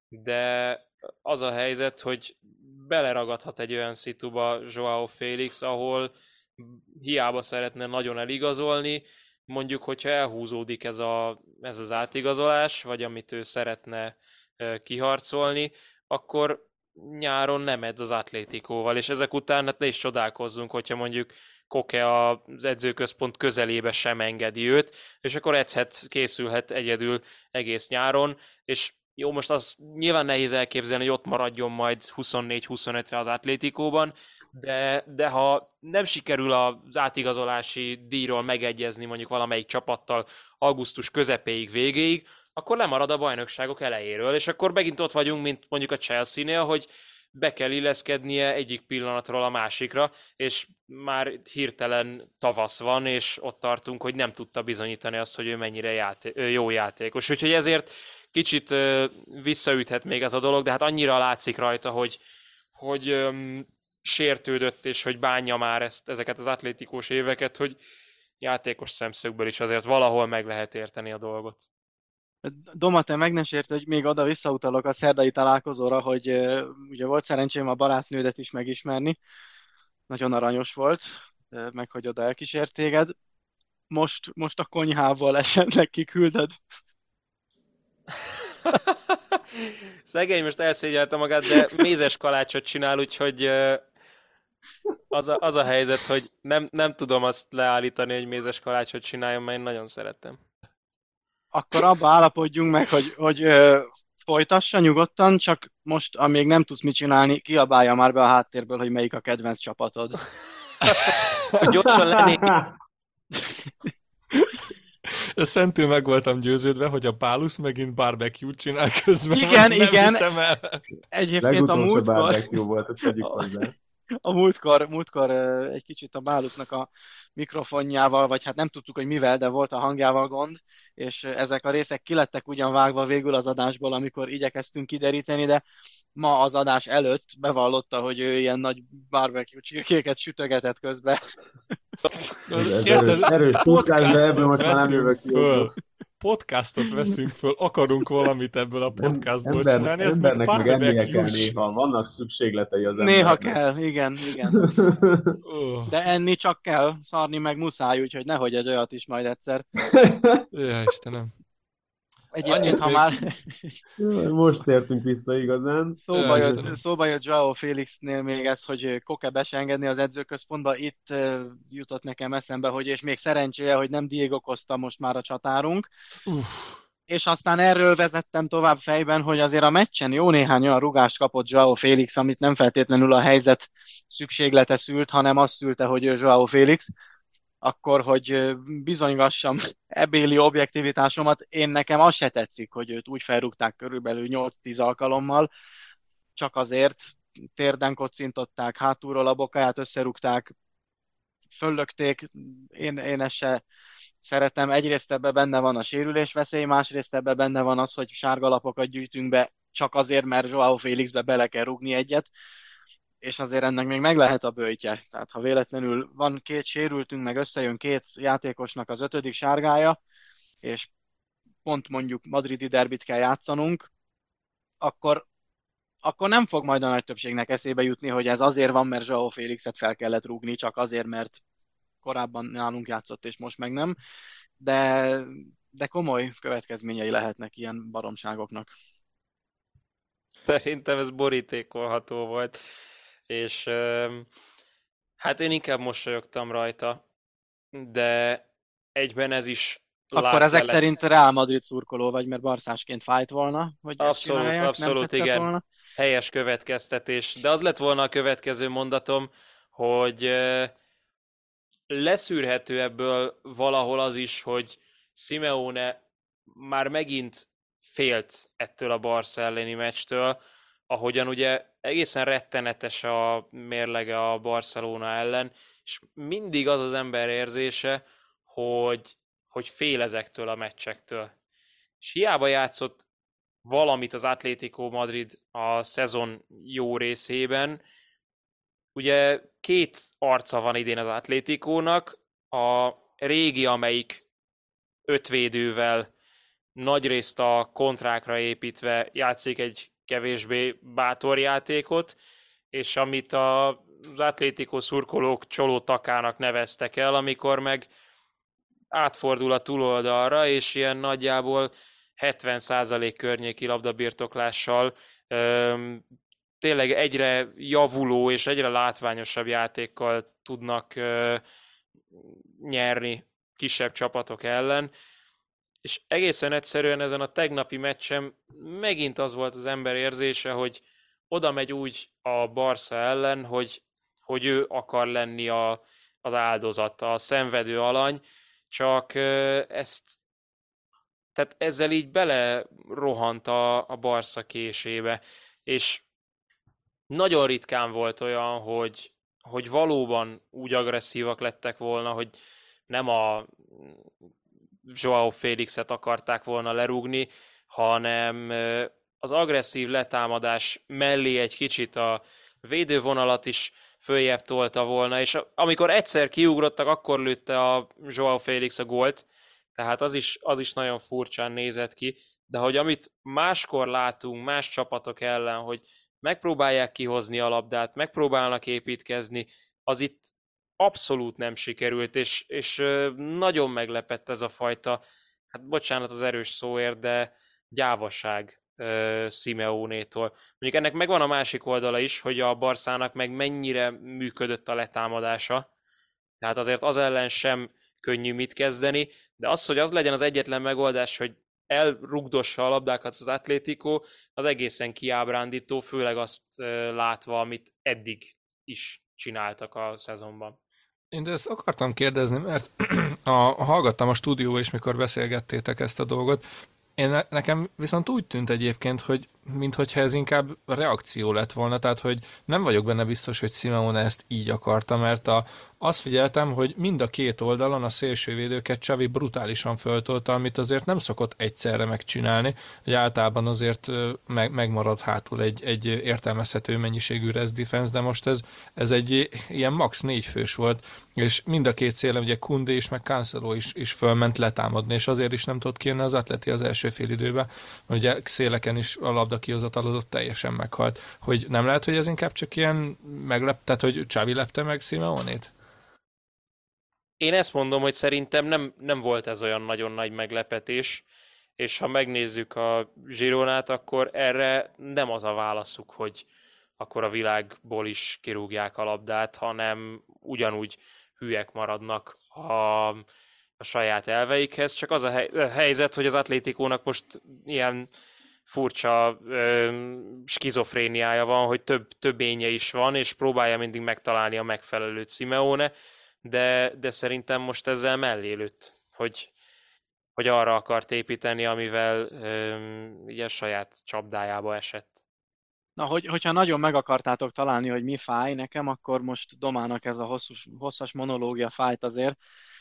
de az a helyzet, hogy beleragadhat egy olyan szituba Joao Félix, ahol hiába szeretne nagyon eligazolni, mondjuk, hogyha elhúzódik ez, a, ez az átigazolás, vagy amit ő szeretne kiharcolni, akkor nyáron nem edz az Atlétikóval, és ezek után hát ne is csodálkozzunk, hogyha mondjuk Koke az edzőközpont közelébe sem engedi őt, és akkor edzhet, készülhet egyedül egész nyáron, és jó, most az nyilván nehéz elképzelni, hogy ott maradjon majd huszonnégy huszonötre az Atlétikóban, de, de ha nem sikerül az átigazolási díjról megegyezni mondjuk valamelyik csapattal augusztus közepéig, végéig, akkor lemarad a bajnokságok elejéről, és akkor megint ott vagyunk, mint mondjuk a Chelsea-nél, hogy be kell illeszkednie egyik pillanatról a másikra, és már hirtelen tavasz van, és ott tartunk, hogy nem tudta bizonyítani azt, hogy ő mennyire játé- jó játékos. Úgyhogy ezért kicsit visszaüthet még ez a dolog, de hát annyira látszik rajta, hogy, hogy öm, sértődött, és hogy bánja már ezt, ezeket az atlétikós éveket, hogy játékos szemszögből is azért valahol meg lehet érteni a dolgot. Doma, te meg ne sért, hogy még oda visszautalok a szerdai találkozóra, hogy uh, ugye volt szerencsém a barátnődet is megismerni, nagyon aranyos volt, uh, meg hogy oda elkísért téged. Most, most a konyhából esetleg kiküldöd. Szegény most elszégyelte magát, de mézes kalácsot csinál, úgyhogy az a, az a helyzet, hogy nem, nem tudom azt leállítani, hogy mézes kalácsot csináljon, mert én nagyon szeretem. Akkor abba állapodjunk meg, hogy, hogy ö, folytassa nyugodtan, csak most, amíg nem tudsz mit csinálni, kiabálja már be a háttérből, hogy melyik a kedvenc csapatod. Gyorsan lennék. Szentül meg voltam győződve, hogy a Bálusz megint barbecue-t csinál közben. Igen, nem igen. El. Egyébként a múltkor... barbecue volt, ezt tegyük hozzá. A múltkor, múltkor egy kicsit a Bálusznak a mikrofonjával, vagy hát nem tudtuk, hogy mivel, de volt a hangjával gond, és ezek a részek kilettek ugyan vágva végül az adásból, amikor igyekeztünk kideríteni, de ma az adás előtt bevallotta, hogy ő ilyen nagy barbecue csirkéket sütögetett közben. Ez, ez erős, erős puskás, de ebből most már nem jövök ki. Podcastot veszünk föl, akarunk valamit ebből a podcastból Ember, csinálni, ez embernek meg meg ennie kell barbecue-s. néha, vannak szükségletei az embernek. Néha kell, igen, igen. De enni csak kell, szarni meg muszáj, úgyhogy nehogy egy olyat is majd egyszer. Ja, Istenem. Egyébként, ha már... Most értünk vissza igazán. Szóba jött, szóba jött Joao Félixnél még ez, hogy Koke be se engedni az edzőközpontba. Itt uh, jutott nekem eszembe, hogy és még szerencséje, hogy nem Diego Costa most már a csatárunk. Uff. És aztán erről vezettem tovább fejben, hogy azért a meccsen jó néhány olyan rugást kapott Joao Félix, amit nem feltétlenül a helyzet szükséglete szült, hanem azt szülte, hogy ő Joao Félix. Akkor, hogy bizonygassam ebéli objektivitásomat, én nekem az se tetszik, hogy őt úgy felrúgták körülbelül nyolc-tíz alkalommal, csak azért térden kocintották, hátulról a bokáját összerúgták, föllökték, én, én ezt se szeretem. Egyrészt ebben benne van a sérülés veszély, másrészt ebben benne van az, hogy sárgalapokat gyűjtünk be, csak azért, mert Joao Félixbe bele kell rúgni egyet, és azért ennek még meg lehet a böjtje. Tehát ha véletlenül van két sérültünk, meg összejön két játékosnak az ötödik sárgája, és pont mondjuk madridi derbit kell játszanunk, akkor, akkor nem fog majd a nagy többségnek eszébe jutni, hogy ez azért van, mert Joao Félixet fel kellett rúgni, csak azért, mert korábban nálunk játszott, és most meg nem. De, de komoly következményei lehetnek ilyen baromságoknak. Szerintem ez borítékolható volt. És hát én inkább mosolyogtam rajta, de egyben ez is akkor ezek lett. Szerint Real Madrid szurkoló vagy, mert barszásként fájt volna, hogy abszolút, ezt abszolút, igen. Volna. Helyes következtetés. De az lett volna a következő mondatom, hogy leszűrhető ebből valahol az is, hogy Simeone már megint félt ettől a Barca elleni meccstől, ahogyan ugye egészen rettenetes a mérlege a Barcelona ellen, és mindig az az ember érzése, hogy, hogy fél ezektől a meccsektől. És hiába játszott valamit az Atlético Madrid a szezon jó részében, ugye két arca van idén az Atléticónak, a régi, amelyik öt védővel nagyrészt a kontrákra építve játszik egy kevésbé bátor játékot, és amit az Atlético szurkolók csolótakának neveztek el, amikor meg átfordul a túloldalra, és ilyen nagyjából hetven százalék környéki labdabirtoklással öm, tényleg egyre javuló és egyre látványosabb játékkal tudnak ö, nyerni kisebb csapatok ellen, és egészen egyszerűen ezen a tegnapi meccsen megint az volt az ember érzése, hogy oda megy úgy a Barca ellen, hogy, hogy ő akar lenni a, az áldozat, a szenvedő alany, csak ezt, tehát ezzel így bele rohant a, a Barca késébe, és nagyon ritkán volt olyan, hogy, hogy valóban úgy agresszívak lettek volna, hogy nem a Joao Félixet akarták volna lerúgni, hanem az agresszív letámadás mellé egy kicsit a védővonalat is följebb tolta volna, és amikor egyszer kiugrottak, akkor lőtte a Joao Félix a gólt, tehát az is, az is nagyon furcsán nézett ki, de hogy amit máskor látunk más csapatok ellen, hogy megpróbálják kihozni a labdát, megpróbálnak építkezni, az itt abszolút nem sikerült, és, és nagyon meglepett ez a fajta, hát bocsánat az erős szóért, de gyávaság, uh, Simeonétól. Mondjuk ennek megvan a másik oldala is, hogy a Barszának meg mennyire működött a letámadása. Tehát azért az ellen sem könnyű mit kezdeni, de az, hogy az legyen az egyetlen megoldás, hogy elrugdossa a labdákat az Atlético, az egészen kiábrándító, főleg azt látva, amit eddig is csináltak a szezonban. Én de ezt akartam kérdezni, mert a, hallgattam a stúdióban is, mikor beszélgettétek ezt a dolgot. Én nekem viszont úgy tűnt egyébként, hogy minthogyha ez inkább reakció lett volna, tehát hogy nem vagyok benne biztos, hogy Simeone ezt így akarta, mert a, azt figyeltem, hogy mind a két oldalon a szélsővédőket Xavi brutálisan föltolta, amit azért nem szokott egyszerre megcsinálni, hogy általában azért meg, megmarad hátul egy, egy értelmezhető mennyiségű rest defense, de most ez, ez egy ilyen max négy fős volt, és mind a két szélen, ugye Koundé is, meg Cancelo is, is fölment letámadni, és azért is nem tudott kijönni az Atleti az első fél időben, ugye széleken is a labda kihozatalozott teljesen meghalt. Hogy nem lehet, hogy ez inkább csak ilyen meglep, tehát hogy Xavi lepte meg Simeonét? Én ezt mondom, hogy szerintem nem, nem volt ez olyan nagyon nagy meglepetés, és ha megnézzük a Gironát, akkor erre nem az a válaszuk, hogy akkor a világból is kirúgják a labdát, hanem ugyanúgy hülyek maradnak a, a saját elveikhez. Csak az a helyzet, hogy az Atlétikónak most ilyen furcsa ö, skizofréniája van, hogy több, több énje is van, és próbálja mindig megtalálni a megfelelőt Simeone, de, de szerintem most ezzel mellé lőtt, hogy, hogy arra akart építeni, amivel ö, ugye saját csapdájába esett. Na, hogy, hogyha nagyon meg akartátok találni, hogy mi fáj nekem, akkor most Domának ez a hosszús, hosszas monológia fájt azért,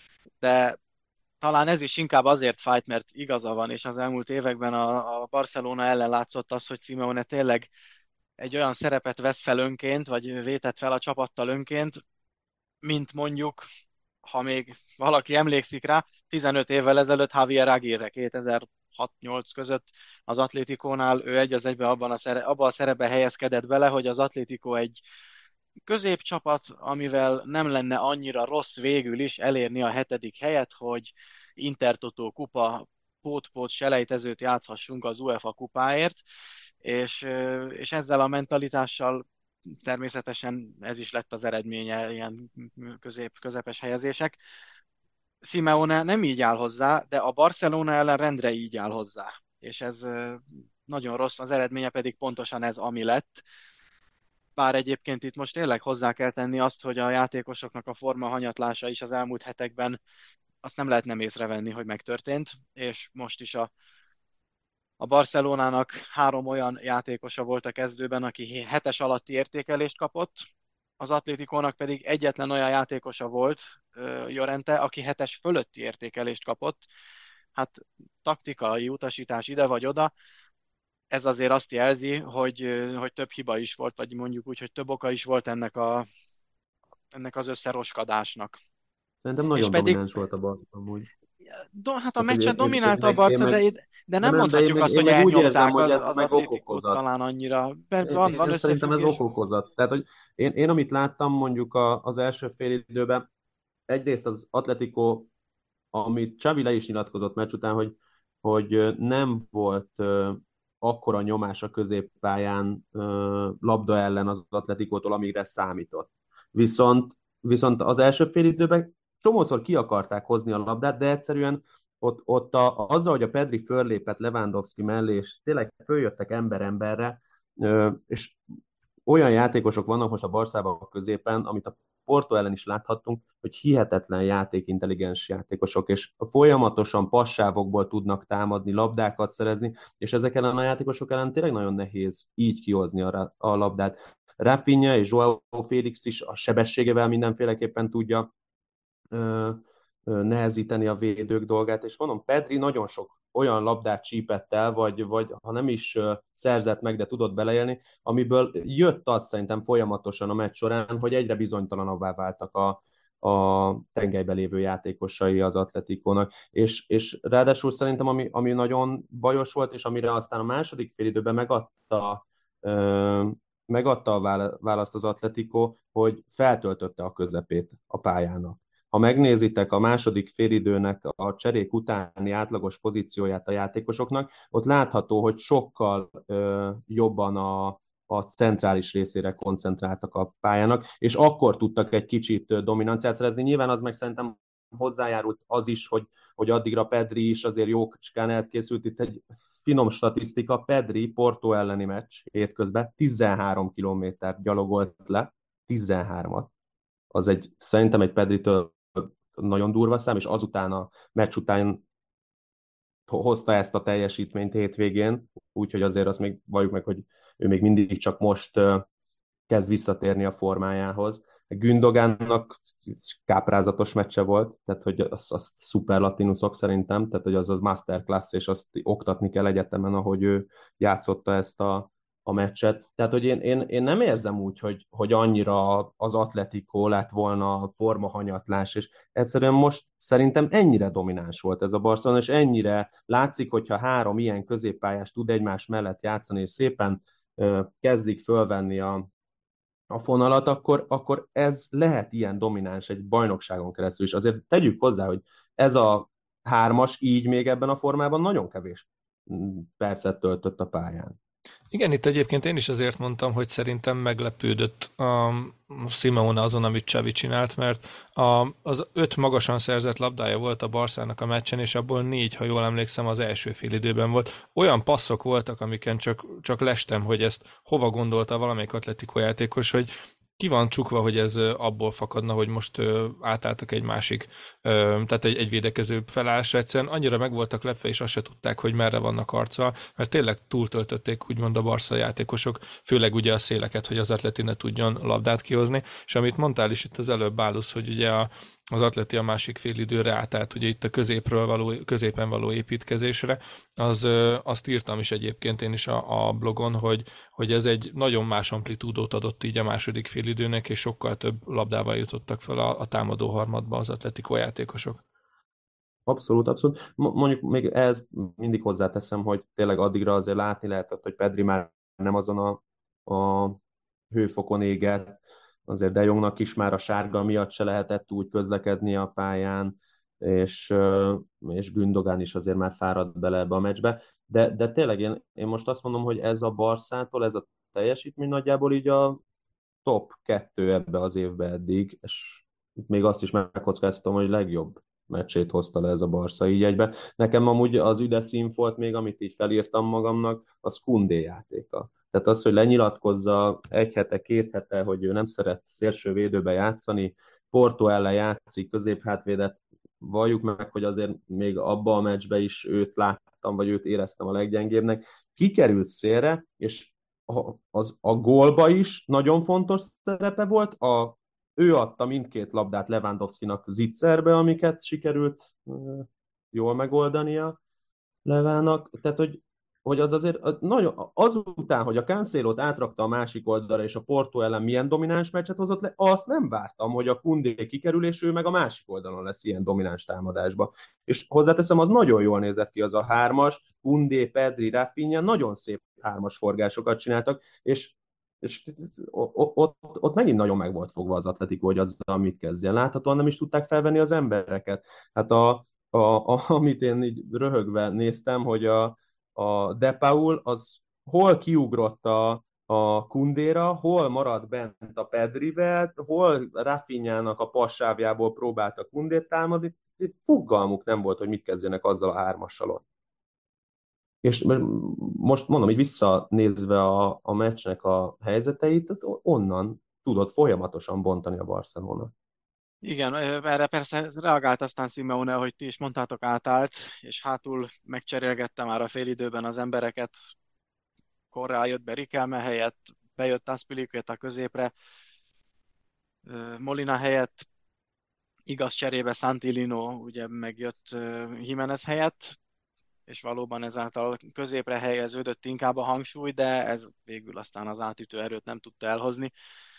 de talán ez is inkább azért fájt, mert igaza van, és az elmúlt években a, a Barcelona ellen látszott az, hogy Simeone tényleg egy olyan szerepet vesz fel önként, vagy vétett fel a csapattal önként, mint mondjuk, ha még valaki emlékszik rá, tizenöt évvel ezelőtt Javier Aguirre kétezer-hat-nyolc között az Atlétikónál, ő egy az egyben abban a, szere, abban a szerepben helyezkedett bele, hogy az Atlético egy középcsapat, amivel nem lenne annyira rossz végül is elérni a hetedik helyet, hogy Intertotó kupa pót-pót selejtezőt játszhassunk az UEFA kupáért, és, és ezzel a mentalitással természetesen ez is lett az eredménye, ilyen közép, közepes helyezések. Simeone nem így áll hozzá, de a Barcelona ellen rendre így áll hozzá. És ez nagyon rossz, az eredménye pedig pontosan ez, ami lett. Bár egyébként itt most tényleg hozzá kell tenni azt, hogy a játékosoknak a forma hanyatlása is az elmúlt hetekben azt nem lehet nem észrevenni, hogy megtörtént, és most is a, a Barcelonának három olyan játékosa volt a kezdőben, aki hetes alatti értékelést kapott, az Atlétikónak pedig egyetlen olyan játékosa volt, Llorente, aki hetes fölötti értékelést kapott. Hát taktikai utasítás ide vagy oda, ez azért azt jelzi, hogy, hogy több hiba is volt, vagy mondjuk úgy, hogy több oka is volt ennek, a, ennek az összeroskadásnak. Szerintem nagyon pedig, domináns volt a Barca amúgy. Do, hát a meccset dominálta a Barca, de, de nem, nem mondhatjuk de azt, én hogy elnyomták érzem, az, az Atlétikót talán annyira. Van, én, van én szerintem ez okokozat. Tehát, hogy én, én amit láttam mondjuk a, az első fél időben, egyrészt az Atlético, amit Xavi le is nyilatkozott meccs után, hogy, hogy nem volt uh, akkora nyomás a középpályán uh, labda ellen az Atlétikótól, amire számított. Viszont, viszont az első fél időben csomószor ki akarták hozni a labdát, de egyszerűen ott, ott a, azzal, hogy a Pedri föllépett Lewandowski mellé, és tényleg följöttek ember-emberre, és olyan játékosok vannak most a Barszában a középen, amit a Porto ellen is láthattunk, hogy hihetetlen játékintelligens játékosok, és folyamatosan passávokból tudnak támadni, labdákat szerezni, és ezeken a játékosok ellen tényleg nagyon nehéz így kihozni a, a labdát. Rafinha és Joao Félix is a sebességével mindenféleképpen tudja ö, ö, nehezíteni a védők dolgát, és mondom, Pedri nagyon sok olyan labdát csípett el, vagy, vagy ha nem is ö, szerzett meg, de tudott beleélni, amiből jött az szerintem folyamatosan a meccs során, hogy egyre bizonytalanabbá váltak a, a tengelybe lévő játékosai az Atletikónak. És, és ráadásul szerintem, ami, ami nagyon bajos volt, és amire aztán a második félidőben megadta ö, megadta a választ az Atletico, hogy feltöltötte a közepét a pályának. ha megnézitek a második félidőnek a cserék utáni átlagos pozícióját a játékosoknak, ott látható, hogy sokkal ö, jobban a, a centrális részére koncentráltak a pályának, és akkor tudtak egy kicsit dominanciát szerezni. Nyilván az meg szerintem hozzájárult az is, hogy, hogy addigra Pedri is azért jókocskán elkészült. Itt egy finom statisztika, Pedri Porto elleni meccs hétközben tizenhárom kilométert gyalogolt le, tizenhármat. Az egy, szerintem egy Pedritől nagyon durva szám, és azután a meccs után hozta ezt a teljesítményt hétvégén, úgyhogy azért azt még valljuk meg, hogy ő még mindig csak most kezd visszatérni a formájához. Gündogánnak káprázatos meccse volt, tehát hogy az, az szuper latinusok szerintem, tehát hogy az az masterclass, és azt oktatni kell egyetemen, ahogy ő játszotta ezt a, a meccset. Tehát, hogy én, én, én nem érzem úgy, hogy, hogy annyira az Atletico lett volna a formahanyatlás, és egyszerűen most szerintem ennyire domináns volt ez a Barcelona, és ennyire látszik, hogyha három ilyen középpályás tud egymás mellett játszani, és szépen ö, kezdik fölvenni a a fonalat, akkor, akkor ez lehet ilyen domináns egy bajnokságon keresztül is. Azért tegyük hozzá, hogy ez a hármas így még ebben a formában nagyon kevés percet töltött a pályán. Igen, itt egyébként én is azért mondtam, hogy szerintem meglepődött a Simeone azon, amit Xavi csinált, mert a, az öt magasan szerzett labdája volt a Barszának a meccsen, és abból négy, ha jól emlékszem, az első fél időben volt. Olyan passzok voltak, amiken csak, csak lestem, hogy ezt hova gondolta valamelyik Atletico játékos, hogy ki van csukva, hogy ez abból fakadna, hogy most átálltak egy másik, tehát egy, egy védekező felállásra. Egyszerűen annyira meg voltak lepve, és azt se tudták, hogy merre vannak arccal, mert tényleg túltöltötték úgymond a Barca játékosok, főleg ugye a széleket, hogy az Atleti ne tudjon labdát kihozni. És amit mondtál is itt az előbb, Bálusz, hogy ugye a, az Atleti a másik fél időre átállt ugye itt a középről való, középen való építkezésre, az, azt írtam is egyébként én is a, a blogon, hogy, hogy ez egy nagyon más amplitúdót adott így a második fél időnek, és sokkal több labdával jutottak fel a, a támadó harmadba az Atletico játékosok. Abszolút, abszolút. Mondjuk még ez mindig hozzáteszem, hogy tényleg addigra azért látni lehetett, hogy Pedri már nem azon a, a hőfokon égett, azért De Jongnak is már a sárga miatt se lehetett úgy közlekedni a pályán, és, és Gündogán is azért már fáradt bele ebbe a meccsbe. De, de tényleg én, én most azt mondom, hogy ez a Barszától, ez a teljesítmény nagyjából így a top kettő ebbe az évbe eddig, és még azt is megkockáztatom, hogy legjobb meccsét hozta le ez a Barca így egybe. Nekem amúgy az üde színfolt még, amit így felírtam magamnak, az Koundé játéka. Tehát az, hogy lenyilatkozza egy hete, két hete, hogy ő nem szeret szélső védőbe játszani, Porto ellen játszik középhátvédet, valljuk meg, hogy azért még abban a meccsben is őt láttam, vagy őt éreztem a leggyengébbnek. Kikerült szélre, és a, az, a gólba is nagyon fontos szerepe volt, a, ő adta mindkét labdát Lewandowskinak zicserbe, amiket sikerült uh, jól megoldania Levának, tehát hogy, hogy az azért nagyon, azután, hogy a Cancelót átrakta a másik oldalra, és a Porto ellen milyen domináns meccset hozott le, azt nem vártam, hogy a Koundé kikerül, és ő meg a másik oldalon lesz ilyen domináns támadásba. És hozzáteszem, az nagyon jól nézett ki az a hármas, Koundé, Pedri, Rafinha, nagyon szép hármas forgásokat csináltak, és és ott, ott, ott megint nagyon meg volt fogva az Atletico, hogy azzal mit kezdjen. Láthatóan nem is tudták felvenni az embereket. Hát a, a, a, amit én így röhögve néztem, hogy a, a De Paul az hol kiugrott a, a Kundéra, hol maradt bent a Pedrivel, hol Rafinhának a passávjából próbált a Kundét támadni, fogalmuk nem volt, hogy mit kezdjenek azzal a hármassal ott. És most mondom, hogy visszanézve a, a meccsnek a helyzeteit, onnan tudott folyamatosan bontani a Barcelona. Igen, erre persze reagált aztán Simeone, hogy ti is mondtátok, átállt, és hátul megcserélgette már a félidőben az embereket. Korrá jött be Riquelme helyett, bejött Azpilicueta középre, Molina helyett, igaz cserébe Santilino ugye megjött Jimenez helyett, és valóban ezáltal középre helyeződött inkább a hangsúly, de ez végül aztán az átütő erőt nem tudta elhozni.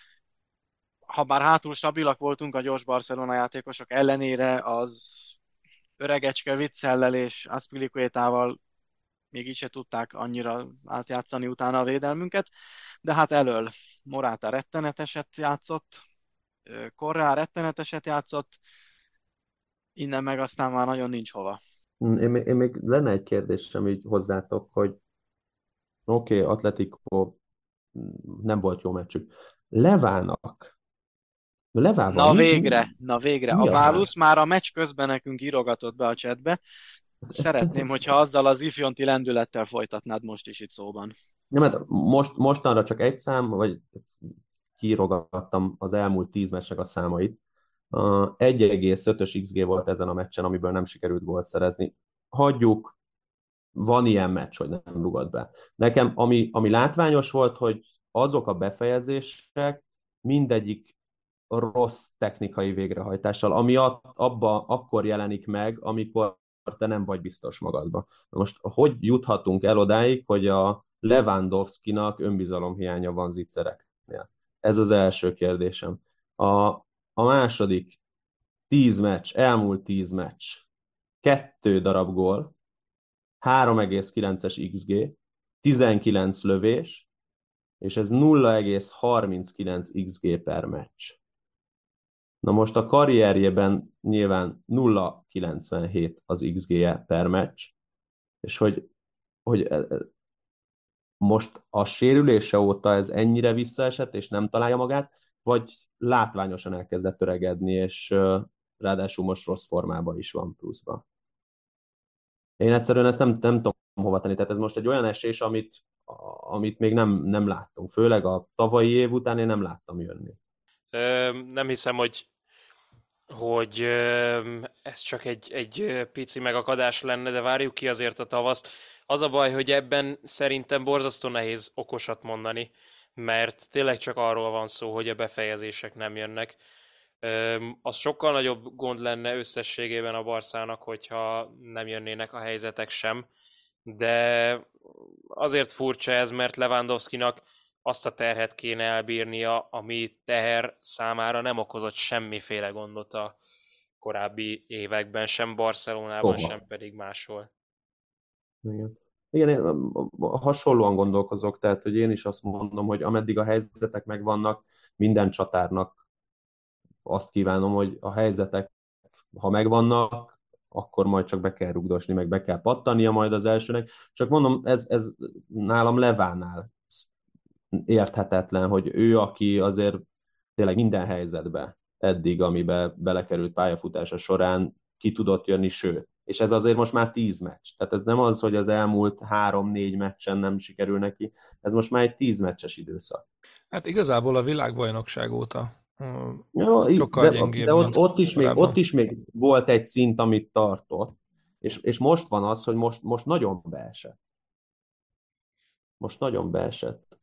Habár hátul stabilak voltunk a gyors Barcelona játékosok ellenére, az öregecske Witzellel és Azpilicuetával még így se tudták annyira átjátszani utána a védelmünket, de hát elől Morata retteneteset játszott, Correa retteneteset játszott, Innen meg aztán már nagyon nincs hova. Én, még- én még lenne egy kérdésem így hozzátok, hogy oké, okay, Atletico nem volt jó meccsük. Levának. Levával Na mi, mi, végre, na végre. A mi a baj? Bálusz már a meccs közben nekünk írogatott be a chatbe. Szeretném, hogyha azzal az ifjonti lendülettel folytatnád most is itt szóban. Nem, hát most, mostanra csak egy szám, vagy kiírogattam az elmúlt tíz meccsnek a számait. Uh, egy egész ötös iksz gé volt ezen a meccsen, amiből nem sikerült gólt szerezni. Hagyjuk, van ilyen meccs, hogy nem rugott be. Nekem, ami, ami látványos volt, hogy azok a befejezések mindegyik rossz technikai végrehajtással, ami a, abba akkor jelenik meg, amikor te nem vagy biztos magadba. Most hogy juthatunk el odáig, hogy a Lewandowski-nak önbizalomhiánya van zicsereknél? Ez az első kérdésem. A, a második, tíz meccs, elmúlt tíz meccs, kettő darab gól, három egész kilences iksz gé, tizenkilenc lövés, és ez nulla egész harminckilenc iksz gé per meccs. Na most a karrierjében nyilván nulla egész kilencvenhét az iksz gé-je per meccs, és hogy, hogy most a sérülése óta ez ennyire visszaesett, és nem találja magát, vagy látványosan elkezdett öregedni, és ráadásul most rossz formában is van pluszban. Én egyszerűen ezt nem, nem tudom hova tenni, tehát ez most egy olyan esés, amit, amit még nem, nem láttunk. Főleg a tavalyi év után én nem láttam jönni. Ö, nem hiszem, hogy hogy ö, ez csak egy, egy pici megakadás lenne, de várjuk ki azért a tavaszt. Az a baj, hogy ebben szerintem borzasztó nehéz okosat mondani, mert tényleg csak arról van szó, hogy a befejezések nem jönnek. Ö, az sokkal nagyobb gond lenne összességében a Barszának, hogyha nem jönnének a helyzetek sem, de azért furcsa ez, mert Lewandowskinak azt a terhet kéne elbírnia, ami teher számára nem okozott semmiféle gondot a korábbi években, sem Barcelonában, Soha. sem pedig máshol. Igen. Igen, én hasonlóan gondolkozok, tehát hogy én is azt mondom, hogy ameddig a helyzetek megvannak, minden csatárnak azt kívánom, hogy a helyzetek, ha megvannak, akkor majd csak be kell rugdosni, meg be kell pattania majd az elsőnek. Csak mondom, ez, ez nálam Levánál érthetetlen, hogy ő, aki azért tényleg minden helyzetbe eddig, amiben belekerült pályafutása során ki tudott jönni, sőt. És ez azért most már tíz meccs. Tehát ez nem az, hogy az elmúlt három-négy meccsen nem sikerül neki, ez most már egy tíz meccses időszak. Hát igazából a világbajnokság óta Ja, sokkal de, gyengébb, de ott, mint ott, is még, korábban. ott is még volt egy szint, amit tartott, és, és most van az, hogy most, most nagyon beesett. Most nagyon beesett.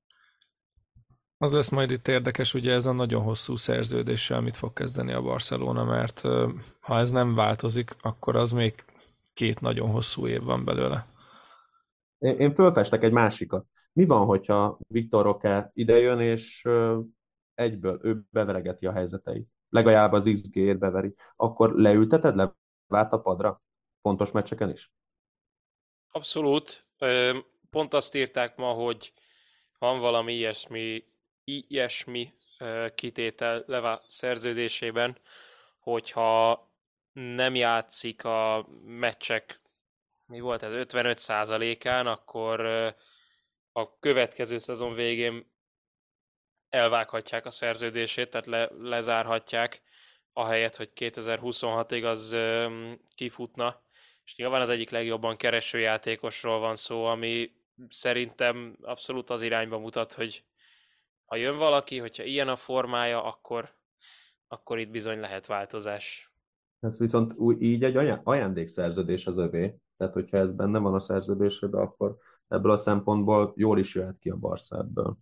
Az lesz majd itt érdekes, ugye ez a nagyon hosszú szerződéssel mit fog kezdeni a Barcelona, mert ha ez nem változik, akkor az még két nagyon hosszú év van belőle. Én, én fölfestek egy másikat. Mi van, hogyha Viktor Roque idejön, és egyből ő beveregeti a helyzeteit? Legalább az iksz gé-t beveri. Akkor leülteted le vált a padra? Fontos meccseken is? Abszolút. Pont azt írták ma, hogy van valami ilyesmi, ilyesmi kitétel Leva szerződésében, hogyha nem játszik a meccsek, mi volt ez, ötvenöt százalékán, akkor a következő szezon végén elvághatják a szerződését, tehát le, lezárhatják, ahelyett, hogy kétezer-huszonhatig az kifutna. És nyilván az egyik legjobban kereső játékosról van szó, ami szerintem abszolút az irányba mutat, hogy ha jön valaki, hogyha ilyen a formája, akkor, akkor itt bizony lehet változás. Ez viszont úgy, így egy ajándékszerződés az övé. Tehát, hogyha ez benne van a szerződésében, akkor ebből a szempontból jól is jöhet ki a Barca ebből.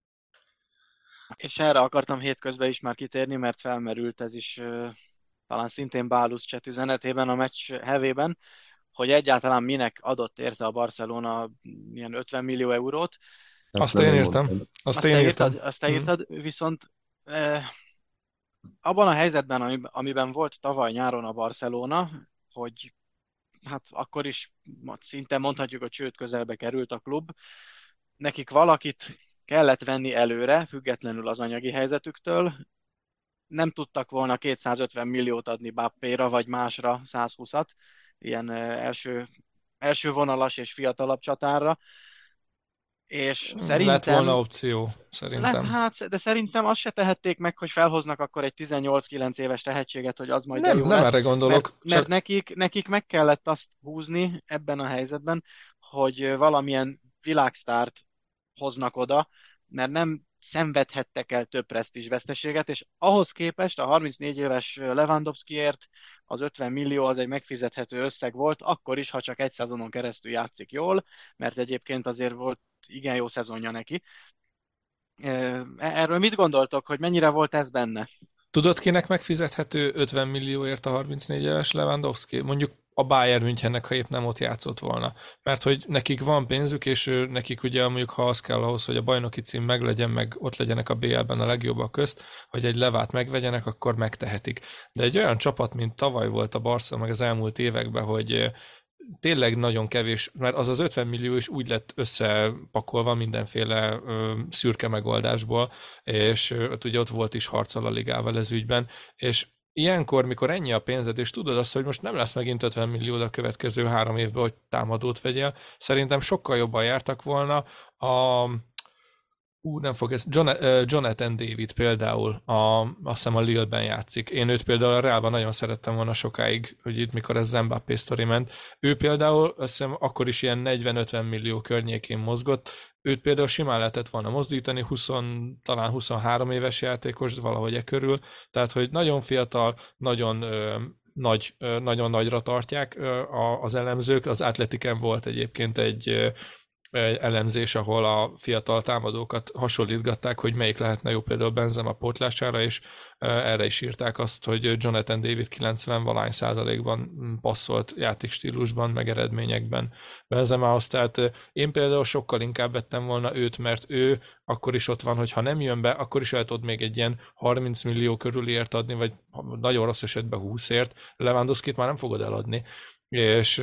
És erre akartam hétközben is már kitérni, mert felmerült ez is talán szintén Bálusz chat üzenetében a meccs hevében, hogy egyáltalán minek adott érte a Barcelona ilyen ötven millió eurót. Azt én írtam. Azt, azt én te írtam. írtad, azt te írtad, hmm. viszont eh, abban a helyzetben, amiben volt tavaly nyáron a Barcelona, hogy hát akkor is szinte mondhatjuk, a csőd közelbe került a klub, nekik valakit kellett venni előre, függetlenül az anyagi helyzetüktől, nem tudtak volna kétszázötven milliót adni Bappéra, vagy másra százhúszat, ilyen első, első vonalas és fiatalabb csatárra, és Lett volna szerintem opció, lett, szerintem. hát, de szerintem azt se tehették meg, hogy felhoznak akkor egy tizennyolc-kilenc éves tehetséget, hogy az majd de Nem, jó nem lesz, erre mert, gondolok, mert csak nekik, nekik meg kellett azt húzni ebben a helyzetben, hogy valamilyen világsztárt hoznak oda, mert nem szenvedhettek el több presztízs veszteséget, és ahhoz képest a harmincnégy éves Lewandowskiért az ötven millió az egy megfizethető összeg volt, akkor is, ha csak egy szezonon keresztül játszik jól, mert egyébként azért volt igen jó szezonja neki. Erről mit gondoltok, hogy mennyire volt ez benne? tudod, kinek megfizethető ötven millióért a harmincnégy éves Lewandowski? Mondjuk a Bayern Münchennek, ha épp nem ott játszott volna. Mert hogy nekik van pénzük, és nekik ugye mondjuk ha az kell ahhoz, hogy a bajnoki cím meglegyen, meg ott legyenek a bé el-ben a legjobbak közt, hogy egy Levát megvegyenek, akkor megtehetik. De egy olyan csapat, mint tavaly volt a Barca, meg az elmúlt években, hogy tényleg nagyon kevés, mert az az ötven millió is úgy lett összepakolva mindenféle ö, szürke megoldásból, és ö, ott ugye ott volt is harcol a ligával ez ügyben, és ilyenkor, mikor ennyi a pénzed, és tudod azt, hogy most nem lesz megint ötven millió a következő három évben, hogy támadót vegyél, szerintem sokkal jobban jártak volna a Ú, nem fog ez. John, Jonathan David például, a, azt hiszem a Lille-ben játszik. Én őt például a Realban nagyon szerettem volna sokáig, hogy itt mikor ez Mbappé sztori ment. Ő például azt hiszem akkor is ilyen negyven-ötven millió környékén mozgott. Őt például simán lehetett volna mozdítani, húsz, talán huszonhárom éves játékos, valahogy e körül. Tehát, hogy nagyon fiatal, nagyon ö, nagy, ö, nagyon nagyra tartják ö, az elemzők. Az Atletiken volt egyébként egy ö, egy elemzés, ahol a fiatal támadókat hasonlítgatták, hogy melyik lehetne jó például Benzema pótlására, és erre is írták azt, hogy Jonathan David kilencven valány százalékban passzolt játékstílusban, meg eredményekben Benzemához. Tehát én például sokkal inkább vettem volna őt, mert ő akkor is ott van, hogy ha nem jön be, akkor is el tudod még egy ilyen harminc millió körülért adni, vagy nagyon rossz esetben húszért. Lewandowskit már nem fogod eladni. És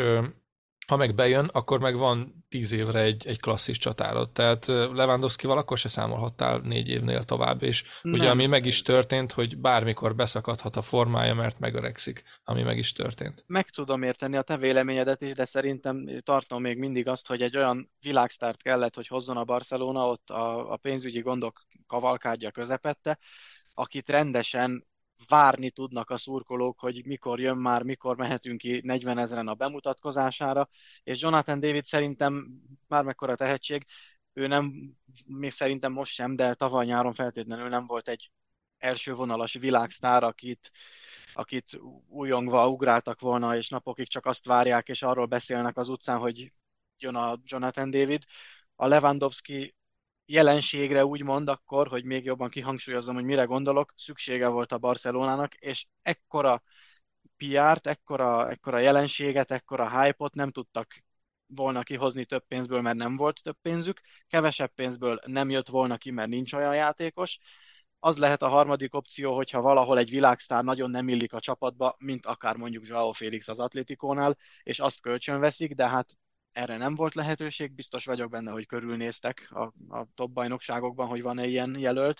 ha meg bejön, akkor meg van tíz évre egy, egy klasszis csatárod. Tehát Lewandowskival akkor se számolhattál négy évnél tovább, és nem. Ugye ami meg is történt, hogy bármikor beszakadhat a formája, mert megöregszik, ami meg is történt. Meg tudom érteni a te véleményedet is, de szerintem tartom még mindig azt, hogy egy olyan világsztárt kellett, hogy hozzon a Barcelona, ott a, a pénzügyi gondok kavalkádja közepette, akit rendesen várni tudnak a szurkolók, hogy mikor jön már, mikor mehetünk ki negyvenezren a bemutatkozására, és Jonathan David szerintem bármekkora tehetség, ő nem, még szerintem most sem, de tavaly nyáron feltétlenül nem volt egy első vonalas világsztár, akit, akit újongva ugráltak volna, és napokig csak azt várják, és arról beszélnek az utcán, hogy jön a Jonathan David. A Lewandowski jelenségre úgymond akkor, hogy még jobban kihangsúlyozom, hogy mire gondolok, szüksége volt a Barcelonának, és ekkora pé er-t, ekkora, ekkora jelenséget, ekkora hype-ot nem tudtak volna kihozni több pénzből, mert nem volt több pénzük, kevesebb pénzből nem jött volna ki, mert nincs olyan játékos. Az lehet a harmadik opció, hogyha valahol egy világsztár nagyon nem illik a csapatba, mint akár mondjuk Joao Félix az Atlétikónál, és azt kölcsönveszik, de hát erre nem volt lehetőség, biztos vagyok benne, hogy körülnéztek a, a top bajnokságokban, hogy van-e ilyen jelölt.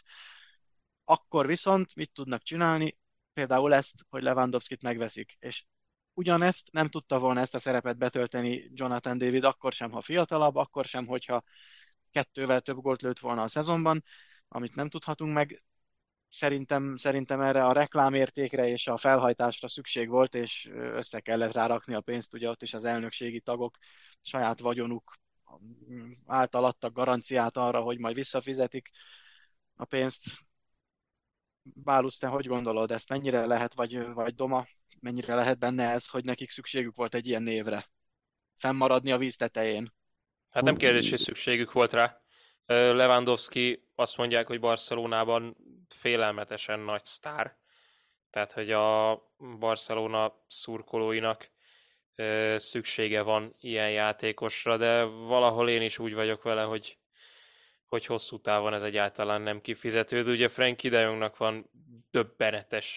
Akkor viszont mit tudnak csinálni? Például ezt, hogy Lewandowskit megveszik, és ugyanezt nem tudta volna ezt a szerepet betölteni Jonathan David, akkor sem, ha fiatalabb, akkor sem, hogyha kettővel több gólt lőtt volna a szezonban, amit nem tudhatunk meg. Szerintem, szerintem erre a reklámértékre és a felhajtásra szükség volt, és össze kellett rárakni a pénzt, ugye ott is az elnökségi tagok saját vagyonuk által adtak garanciát arra, hogy majd visszafizetik a pénzt. Bálusz, te hogy gondolod ezt? Mennyire lehet, vagy, vagy Doma, mennyire lehet benne ez, hogy nekik szükségük volt egy ilyen névre? Fennmaradni a víz tetején? Hát nem kérdés, hogy szükségük volt rá. Lewandowski azt mondják, hogy Barcelonában félelmetesen nagy sztár. Tehát, hogy a Barcelona szurkolóinak szüksége van ilyen játékosra, de valahol én is úgy vagyok vele, hogy, hogy hosszú távon ez egyáltalán nem kifizetődő. Ugye Frenkie de Jongnak van döbbenetes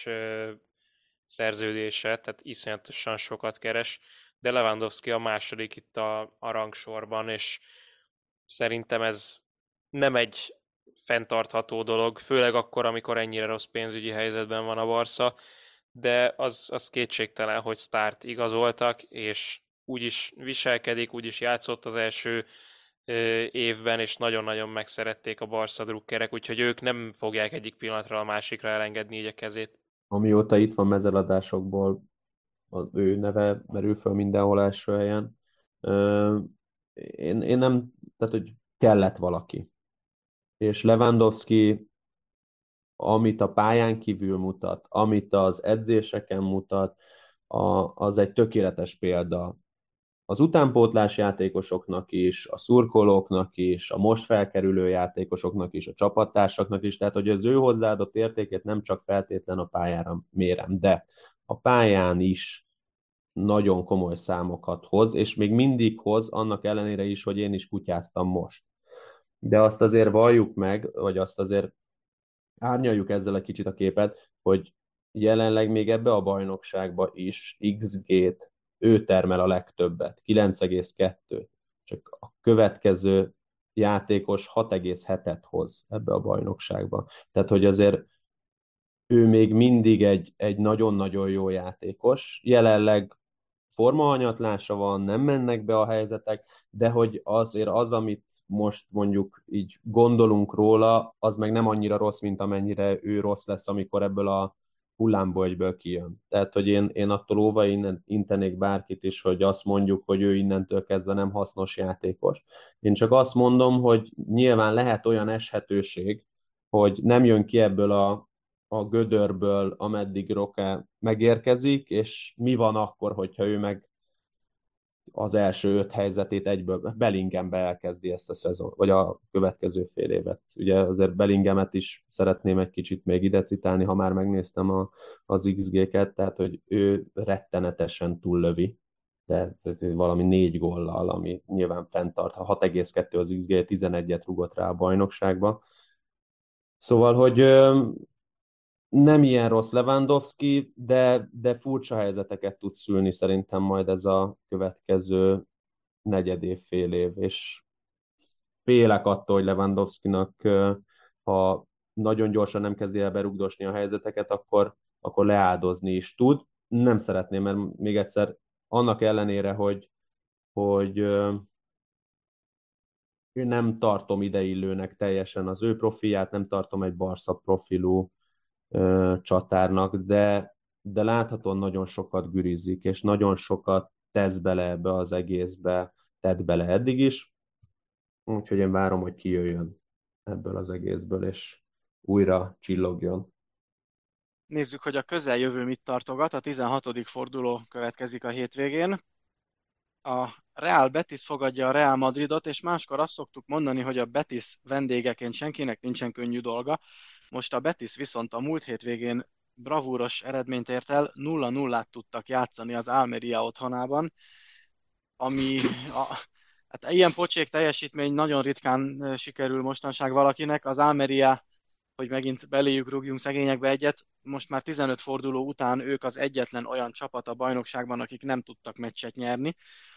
szerződése, tehát iszonyatosan sokat keres, de Lewandowski a második itt a, a rangsorban, és szerintem ez nem egy fenntartható dolog, főleg akkor, amikor ennyire rossz pénzügyi helyzetben van a Barca, de az, az kétségtelen, hogy sztárt igazoltak, és úgy is viselkedik, úgy is játszott az első évben, és nagyon-nagyon megszerették a Barca drukkerek, úgyhogy ők nem fogják egyik pillanatra a másikra elengedni így a kezét. Amióta itt van mezeladásokból, az ő neve merül föl mindenhol első helyen. Én, én nem, tehát hogy kellett valaki. És Lewandowski, amit a pályán kívül mutat, amit az edzéseken mutat, a, az egy tökéletes példa az utánpótlás játékosoknak is, a szurkolóknak is, a most felkerülő játékosoknak is, a csapattársaknak is, tehát hogy az ő hozzáadott értékét nem csak feltétlen a pályára mérem, de a pályán is nagyon komoly számokat hoz, és még mindig hoz, annak ellenére is, hogy én is kutyáztam most. De azt azért valljuk meg, vagy azt azért árnyaljuk ezzel egy kicsit a képet, hogy jelenleg még ebbe a bajnokságba is iksz gé-t ő termel a legtöbbet, kilenc egész kettő. Csak a következő játékos hat egész hetet hoz ebbe a bajnokságba. Tehát, hogy azért ő még mindig egy, egy nagyon-nagyon jó játékos. Jelenleg formahanyatlása van, nem mennek be a helyzetek, de hogy azért az, amit most mondjuk így gondolunk róla, az meg nem annyira rossz, mint amennyire ő rossz lesz, amikor ebből a hullámból egyből kijön. Tehát, hogy én, én attól óva innen intenék bárkit is, hogy azt mondjuk, hogy ő innentől kezdve nem hasznos játékos. Én csak azt mondom, hogy nyilván lehet olyan eshetőség, hogy nem jön ki ebből a a gödörből, ameddig Roque megérkezik, és mi van akkor, hogyha ő meg az első öt helyzetét egyből Bellinghambe elkezdi ezt a szezon, vagy a következő fél évet. Ugye azért Bellinghamet is szeretném egy kicsit még ide citálni, ha már megnéztem a, az iksz gé-ket, tehát hogy ő rettenetesen túllövi, de ez valami négy góllal, ami nyilván fenntart. hat egész kettő az iksz gé, tizenegyet rugott rá a bajnokságba. Szóval, hogy nem ilyen rossz Lewandowski, de, de furcsa helyzeteket tud szülni szerintem majd ez a következő negyed év, fél év, és félek attól, hogy Lewandowskinak, ha nagyon gyorsan nem kezdi el berugdosni a helyzeteket, akkor, akkor leáldozni is tud. Nem szeretném, mert még egyszer annak ellenére, hogy, hogy nem tartom ideillőnek teljesen az ő profilját, nem tartom egy Barca profilú csatárnak, de, de láthatóan nagyon sokat gürizik, és nagyon sokat tesz bele ebbe az egészbe, tett bele eddig is, úgyhogy én várom, hogy kijöjjön ebből az egészből, és újra csillogjon. Nézzük, hogy a közeljövő mit tartogat. A tizenhatodik forduló következik a hétvégén. A Real Betis fogadja a Real Madridot, és máskor azt szoktuk mondani, hogy a Betis vendégeként senkinek nincsen könnyű dolga. Most a Betis viszont a múlt hétvégén bravúros eredményt ért el, nulla nullát tudtak játszani az Almeria otthonában, ami a, hát ilyen pocsék teljesítmény nagyon ritkán sikerül mostanság valakinek. Az Almeria, hogy megint beléjük rúgjunk szegényekbe egyet, most már tizenöt forduló után ők az egyetlen olyan csapat a bajnokságban, akik nem tudtak meccset nyerni,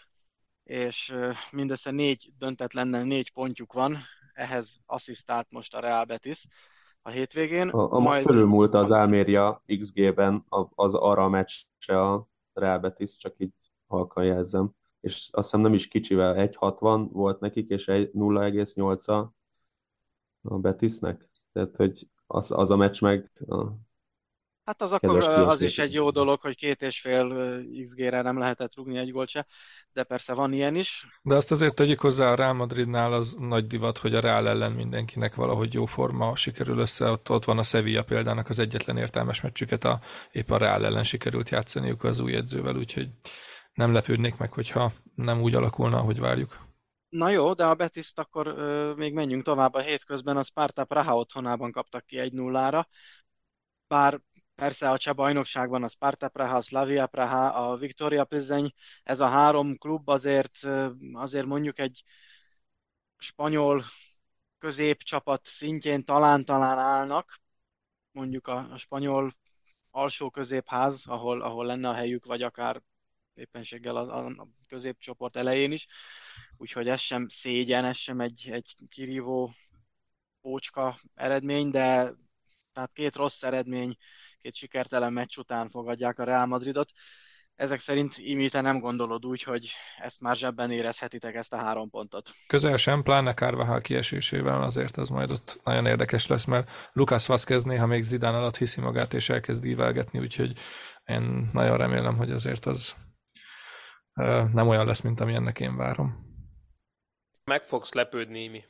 és mindössze négy döntetlennel négy pontjuk van, ehhez asszisztált most a Real Betis a hétvégén. A, a majd fölülmúlt az Almeria iksz gé-ben az arra a meccsre a Real Betis, csak így halkan jelzem. És azt hiszem nem is kicsivel, egy hatvan volt nekik, és egy nulla egész nyolc a, a Betisnek. Tehát, hogy az, az a meccs meg a hát az akkor az is egy jó dolog, hogy két és fél iksz gé-re nem lehetett rúgni egy gólt se, de persze van ilyen is. De azt azért tegyük hozzá, a Real Madridnál az nagy divat, hogy a Real ellen mindenkinek valahogy jó forma sikerül össze. Ott, ott van a Sevilla példának az egyetlen értelmes meccsüket, a, épp a Real ellen sikerült játszaniuk az új edzővel, úgyhogy nem lepődnék meg, hogyha nem úgy alakulna, ahogy várjuk. Na jó, de a Betiszt akkor ö, még menjünk tovább. A hétközben a Sparta Praha otthonában kaptak ki egy nullára, bár persze a cseh bajnokságban a Sparta Praha, a Slavia Praha, a Viktoria Plzeň, ez a három klub azért, azért mondjuk egy spanyol középcsapat szintjén talán-talán állnak, mondjuk a, a spanyol alsó középház, ahol, ahol lenne a helyük, vagy akár éppenséggel a, a középcsoport elején is, úgyhogy ez sem szégyen, ez sem egy, egy kirívó ócska eredmény, de tehát két rossz eredmény, két sikertelen meccs után fogadják a Real Madridot. Ezek szerint Imi, te nem gondolod úgy, hogy ezt már zsebben érezhetitek, ezt a három pontot? Közel sem, pláne Carvajal kiesésével azért az majd ott nagyon érdekes lesz, mert Lucas Vázquez néha még Zidane alatt hiszi magát, és elkezd ívelgetni, úgyhogy én nagyon remélem, hogy azért az nem olyan lesz, mint amilyennek én várom. Meg fogsz lepődni, Imi.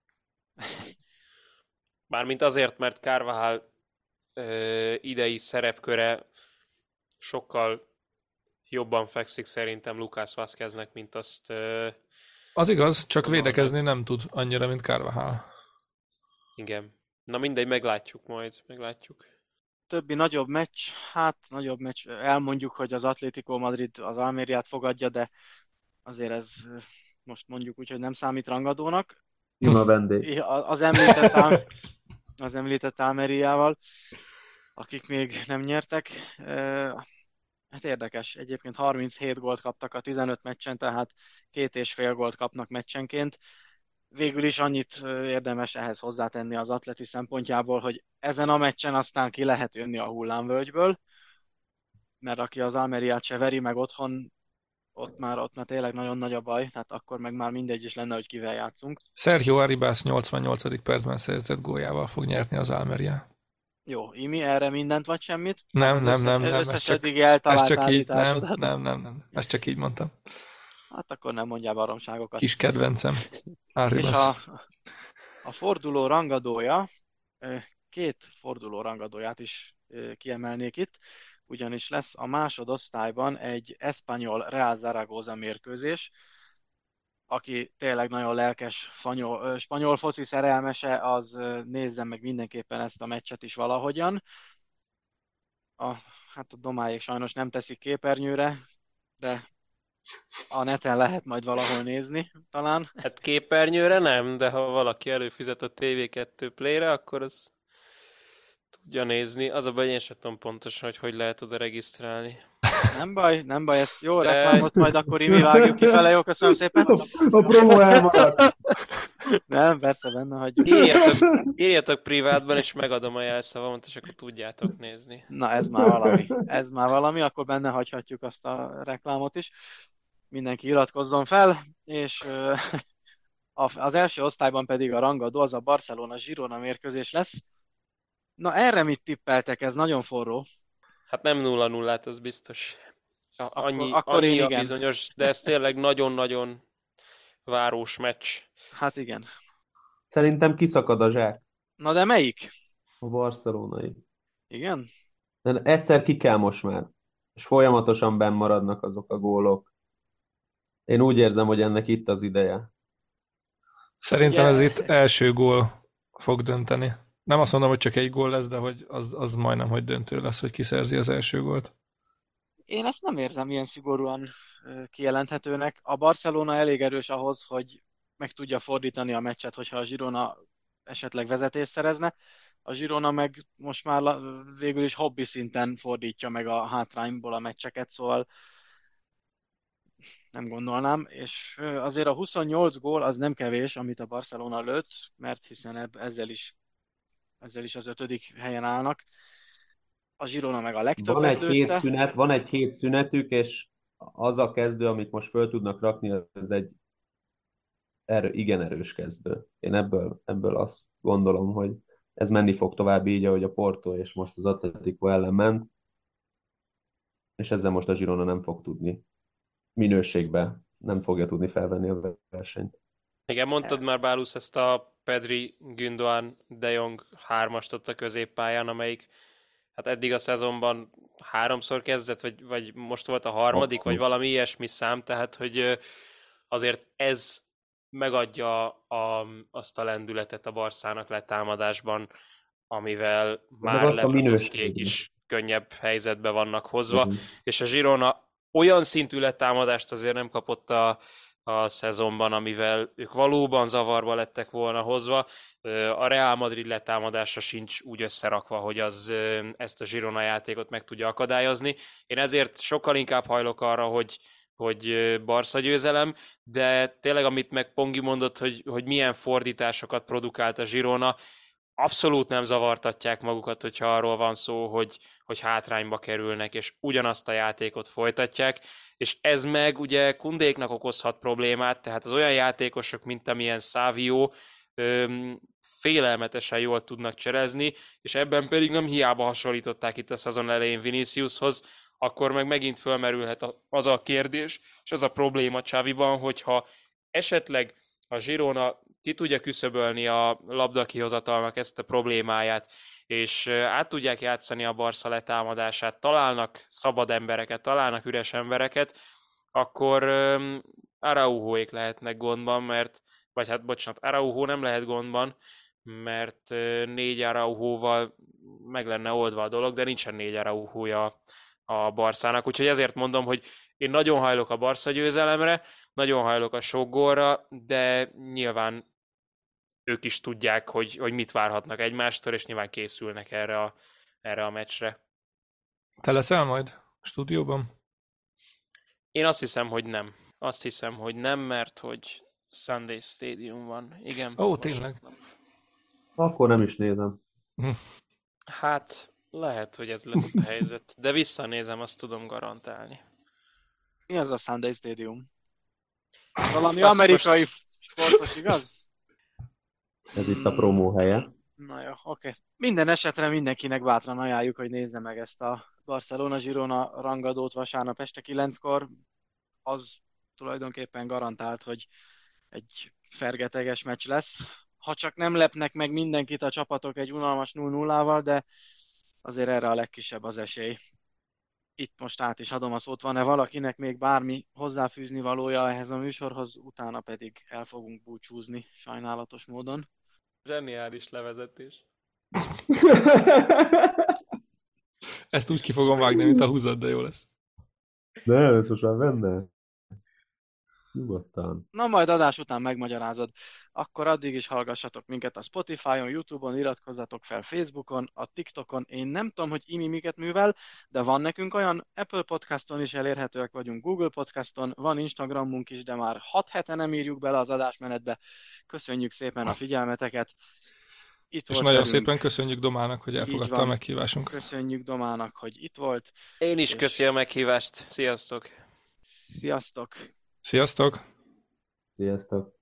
Mármint azért, mert Carvajal ö, idei szerepköre sokkal jobban fekszik szerintem Lucas Vázqueznek, mint azt... Ö, az igaz, csak gondolom. védekezni nem tud annyira, mint Carvajal. Igen. Na mindegy, meglátjuk majd, meglátjuk. Többi nagyobb meccs, hát nagyobb meccs, elmondjuk, hogy az Atlético Madrid az Almeriát fogadja, de azért ez most mondjuk úgy, hogy nem számít rangadónak. Ima vendég. Az említett, az említett Almeriával, akik még nem nyertek. Hát érdekes, egyébként harminchét gólt kaptak a tizenöt meccsen, tehát két és fél gólt kapnak meccsenként. Végül is annyit érdemes ehhez hozzátenni az atleti szempontjából, hogy ezen a meccsen aztán ki lehet jönni a hullámvölgyből, mert aki az Almeriát se veri meg otthon, ott már, ott már tényleg nagyon nagy a baj, tehát akkor meg már mindegy is lenne, hogy kivel játszunk. Sergio Arribas nyolcvannyolcadik percben szerzett góljával fog nyerni az Almeria. Jó, Imi, erre mindent vagy semmit? Nem, nem, összes, nem, nem, összes ez csak, eddig eltalált ez csak így, nem, állításodat. nem, nem, nem, ezt csak így mondtam. Hát akkor nem mondjál baromságokat. Kis kedvencem, Arribas. És a, a forduló rangadója, két forduló rangadóját is kiemelnék itt, ugyanis lesz a másodosztályban egy Espanyol Real Zaragoza mérkőzés, aki tényleg nagyon lelkes fanyol, spanyol foszi szerelmese, az nézzen meg mindenképpen ezt a meccset is valahogyan. A, hát a domáék sajnos nem teszik képernyőre, de a neten lehet majd valahol nézni, talán. Hát képernyőre nem, de ha valaki előfizet a té vé kettő Play-re, akkor az tudja nézni. Az a baj, én sem tudom pontosan, hogy hogy lehet oda regisztrálni. Nem baj, nem baj, ezt jó reklámot majd akkor Imi vágjuk kifele, jó, köszönöm szépen. A promo elmaradt. Nem, persze benne hagyjuk. Írjatok, írjatok privátban, és megadom a jelszavamat, és akkor tudjátok nézni. Na ez már valami, ez már valami, akkor benne hagyhatjuk azt a reklámot is. Mindenki iratkozzon fel, és az első osztályban pedig a rangadó, az a Barcelona-Girona mérkőzés lesz. Na erre mit tippeltek? Ez nagyon forró. Hát nem nulla nullát, az biztos. Annyi, akkor, akkor annyi én a igen. bizonyos, de ez tényleg nagyon-nagyon várós meccs. Hát igen. Szerintem kiszakad a zsák. Na de melyik? A barcelonai. Igen? De egyszer ki kell most már. És folyamatosan benn maradnak azok a gólok. Én úgy érzem, hogy ennek itt az ideje. Szerintem Ugye... ez itt első gól fog dönteni. Nem azt mondom, hogy csak egy gól lesz, de hogy az, az majdnem, hogy döntő lesz, hogy kiszerzi az első gólt. Én ezt nem érzem ilyen szigorúan kijelenthetőnek. A Barcelona elég erős ahhoz, hogy meg tudja fordítani a meccset, hogyha a Girona esetleg vezetést szerezne. A Girona meg most már végül is hobbi szinten fordítja meg a hátrányból a meccseket, szóval nem gondolnám, és azért a huszonnyolc gól az nem kevés, amit a Barcelona lőtt, mert hiszen ezzel is, ezzel is az ötödik helyen állnak. A Girona meg a legtöbbet van egy lőtte. hét szünet, van egy hét szünetük, és az a kezdő, amit most föl tudnak rakni, ez egy erő, igen erős kezdő. Én ebből, ebből azt gondolom, hogy ez menni fog tovább így, ahogy a Porto és most az Atletico ellen ment, és ezzel most a Girona nem fog tudni minőségben, nem fogja tudni felvenni a versenyt. Igen, mondtad már, Bálusz, ezt a Pedri, Gündoğan, De Jong hármast ott a középpályán, amelyik hát eddig a szezonban háromszor kezdett, vagy, vagy most volt a harmadik, Abszolút. vagy valami ilyesmi szám, tehát hogy azért ez megadja a, azt a lendületet a Barszának letámadásban, amivel már Lewandowskiék is könnyebb helyzetbe vannak hozva, mm. és a Girona olyan szintű letámadást azért nem kapott a, a szezonban, amivel ők valóban zavarba lettek volna hozva. A Real Madrid letámadása sincs úgy összerakva, hogy az ezt a Girona játékot meg tudja akadályozni. Én ezért sokkal inkább hajlok arra, hogy, hogy Barca győzelem, de tényleg amit meg Pongi mondott, hogy, hogy milyen fordításokat produkált a Girona, abszolút nem zavartatják magukat, hogyha arról van szó, hogy, hogy hátrányba kerülnek, és ugyanazt a játékot folytatják, és ez meg ugye Kundéknak okozhat problémát, tehát az olyan játékosok, mint amilyen Savio, öm, félelmetesen jól tudnak cserezni, és ebben pedig nem hiába hasonlították itt a szezon elején Viniciushoz, akkor meg megint fölmerülhet az a kérdés, és az a probléma Xaviban, hogyha esetleg a Girona ki tudja küszöbölni a labdakihozatalnak ezt a problémáját, és át tudják játszani a Barca letámadását, találnak szabad embereket, találnak üres embereket, akkor Araujóék lehetnek gondban, mert, vagy hát bocsánat, Araujo nem lehet gondban, mert négy Araujóval meg lenne oldva a dolog, de nincsen négy Araujója a Barszának, úgyhogy ezért mondom, hogy én nagyon hajlok a Barca győzelemre, nagyon hajlok a sok gólra, de nyilván ők is tudják, hogy, hogy mit várhatnak egymástól, és nyilván készülnek erre a, erre a meccsre. Te leszel majd a stúdióban? Én azt hiszem, hogy nem. Azt hiszem, hogy nem, mert hogy Sunday Stadium van. Igen. Ó, tényleg? Akkor nem is nézem. Hát, lehet, hogy ez lesz a helyzet, de visszanézem, azt tudom garantálni. Mi az a Sunday Stadium? Valami amerikai most... sportos, igaz? Ez itt a promó helye. Na jó, oké. Okay. Minden esetre mindenkinek bátran ajánljuk, hogy nézze meg ezt a Barcelona-Girona rangadót vasárnap este kilenckor. Az tulajdonképpen garantált, hogy egy fergeteges meccs lesz. Ha csak nem lepnek meg mindenkit a csapatok egy unalmas nulla nullával, de azért erre a legkisebb az esély. Itt most át is adom a szót. Van-e valakinek még bármi hozzáfűzni valója ehhez a műsorhoz, utána pedig el fogunk búcsúzni sajnálatos módon. Zseniális levezetés. Ezt úgy ki fogom vágni, mint a húzat, de jó lesz. De ez most már benne. Nyugodtan. Na majd adás után megmagyarázod. Akkor addig is hallgassatok minket a Spotify-on, YouTube-on, iratkozzatok fel Facebookon, a TikTokon. Én nem tudom, hogy Imi miket művel, de van nekünk olyan, Apple Podcaston is elérhetőek vagyunk, Google Podcaston, van Instagramunk is, de már hat hete nem írjuk bele az adásmenetbe. Köszönjük szépen a figyelmeteket. Itt és nagyon velünk. Szépen köszönjük Domának, hogy elfogadta a meghívásunkat. Köszönjük Domának, hogy itt volt. Én is és... köszi a meghívást. Sziasztok! Sziasztok! Sziasztok! Sziasztok!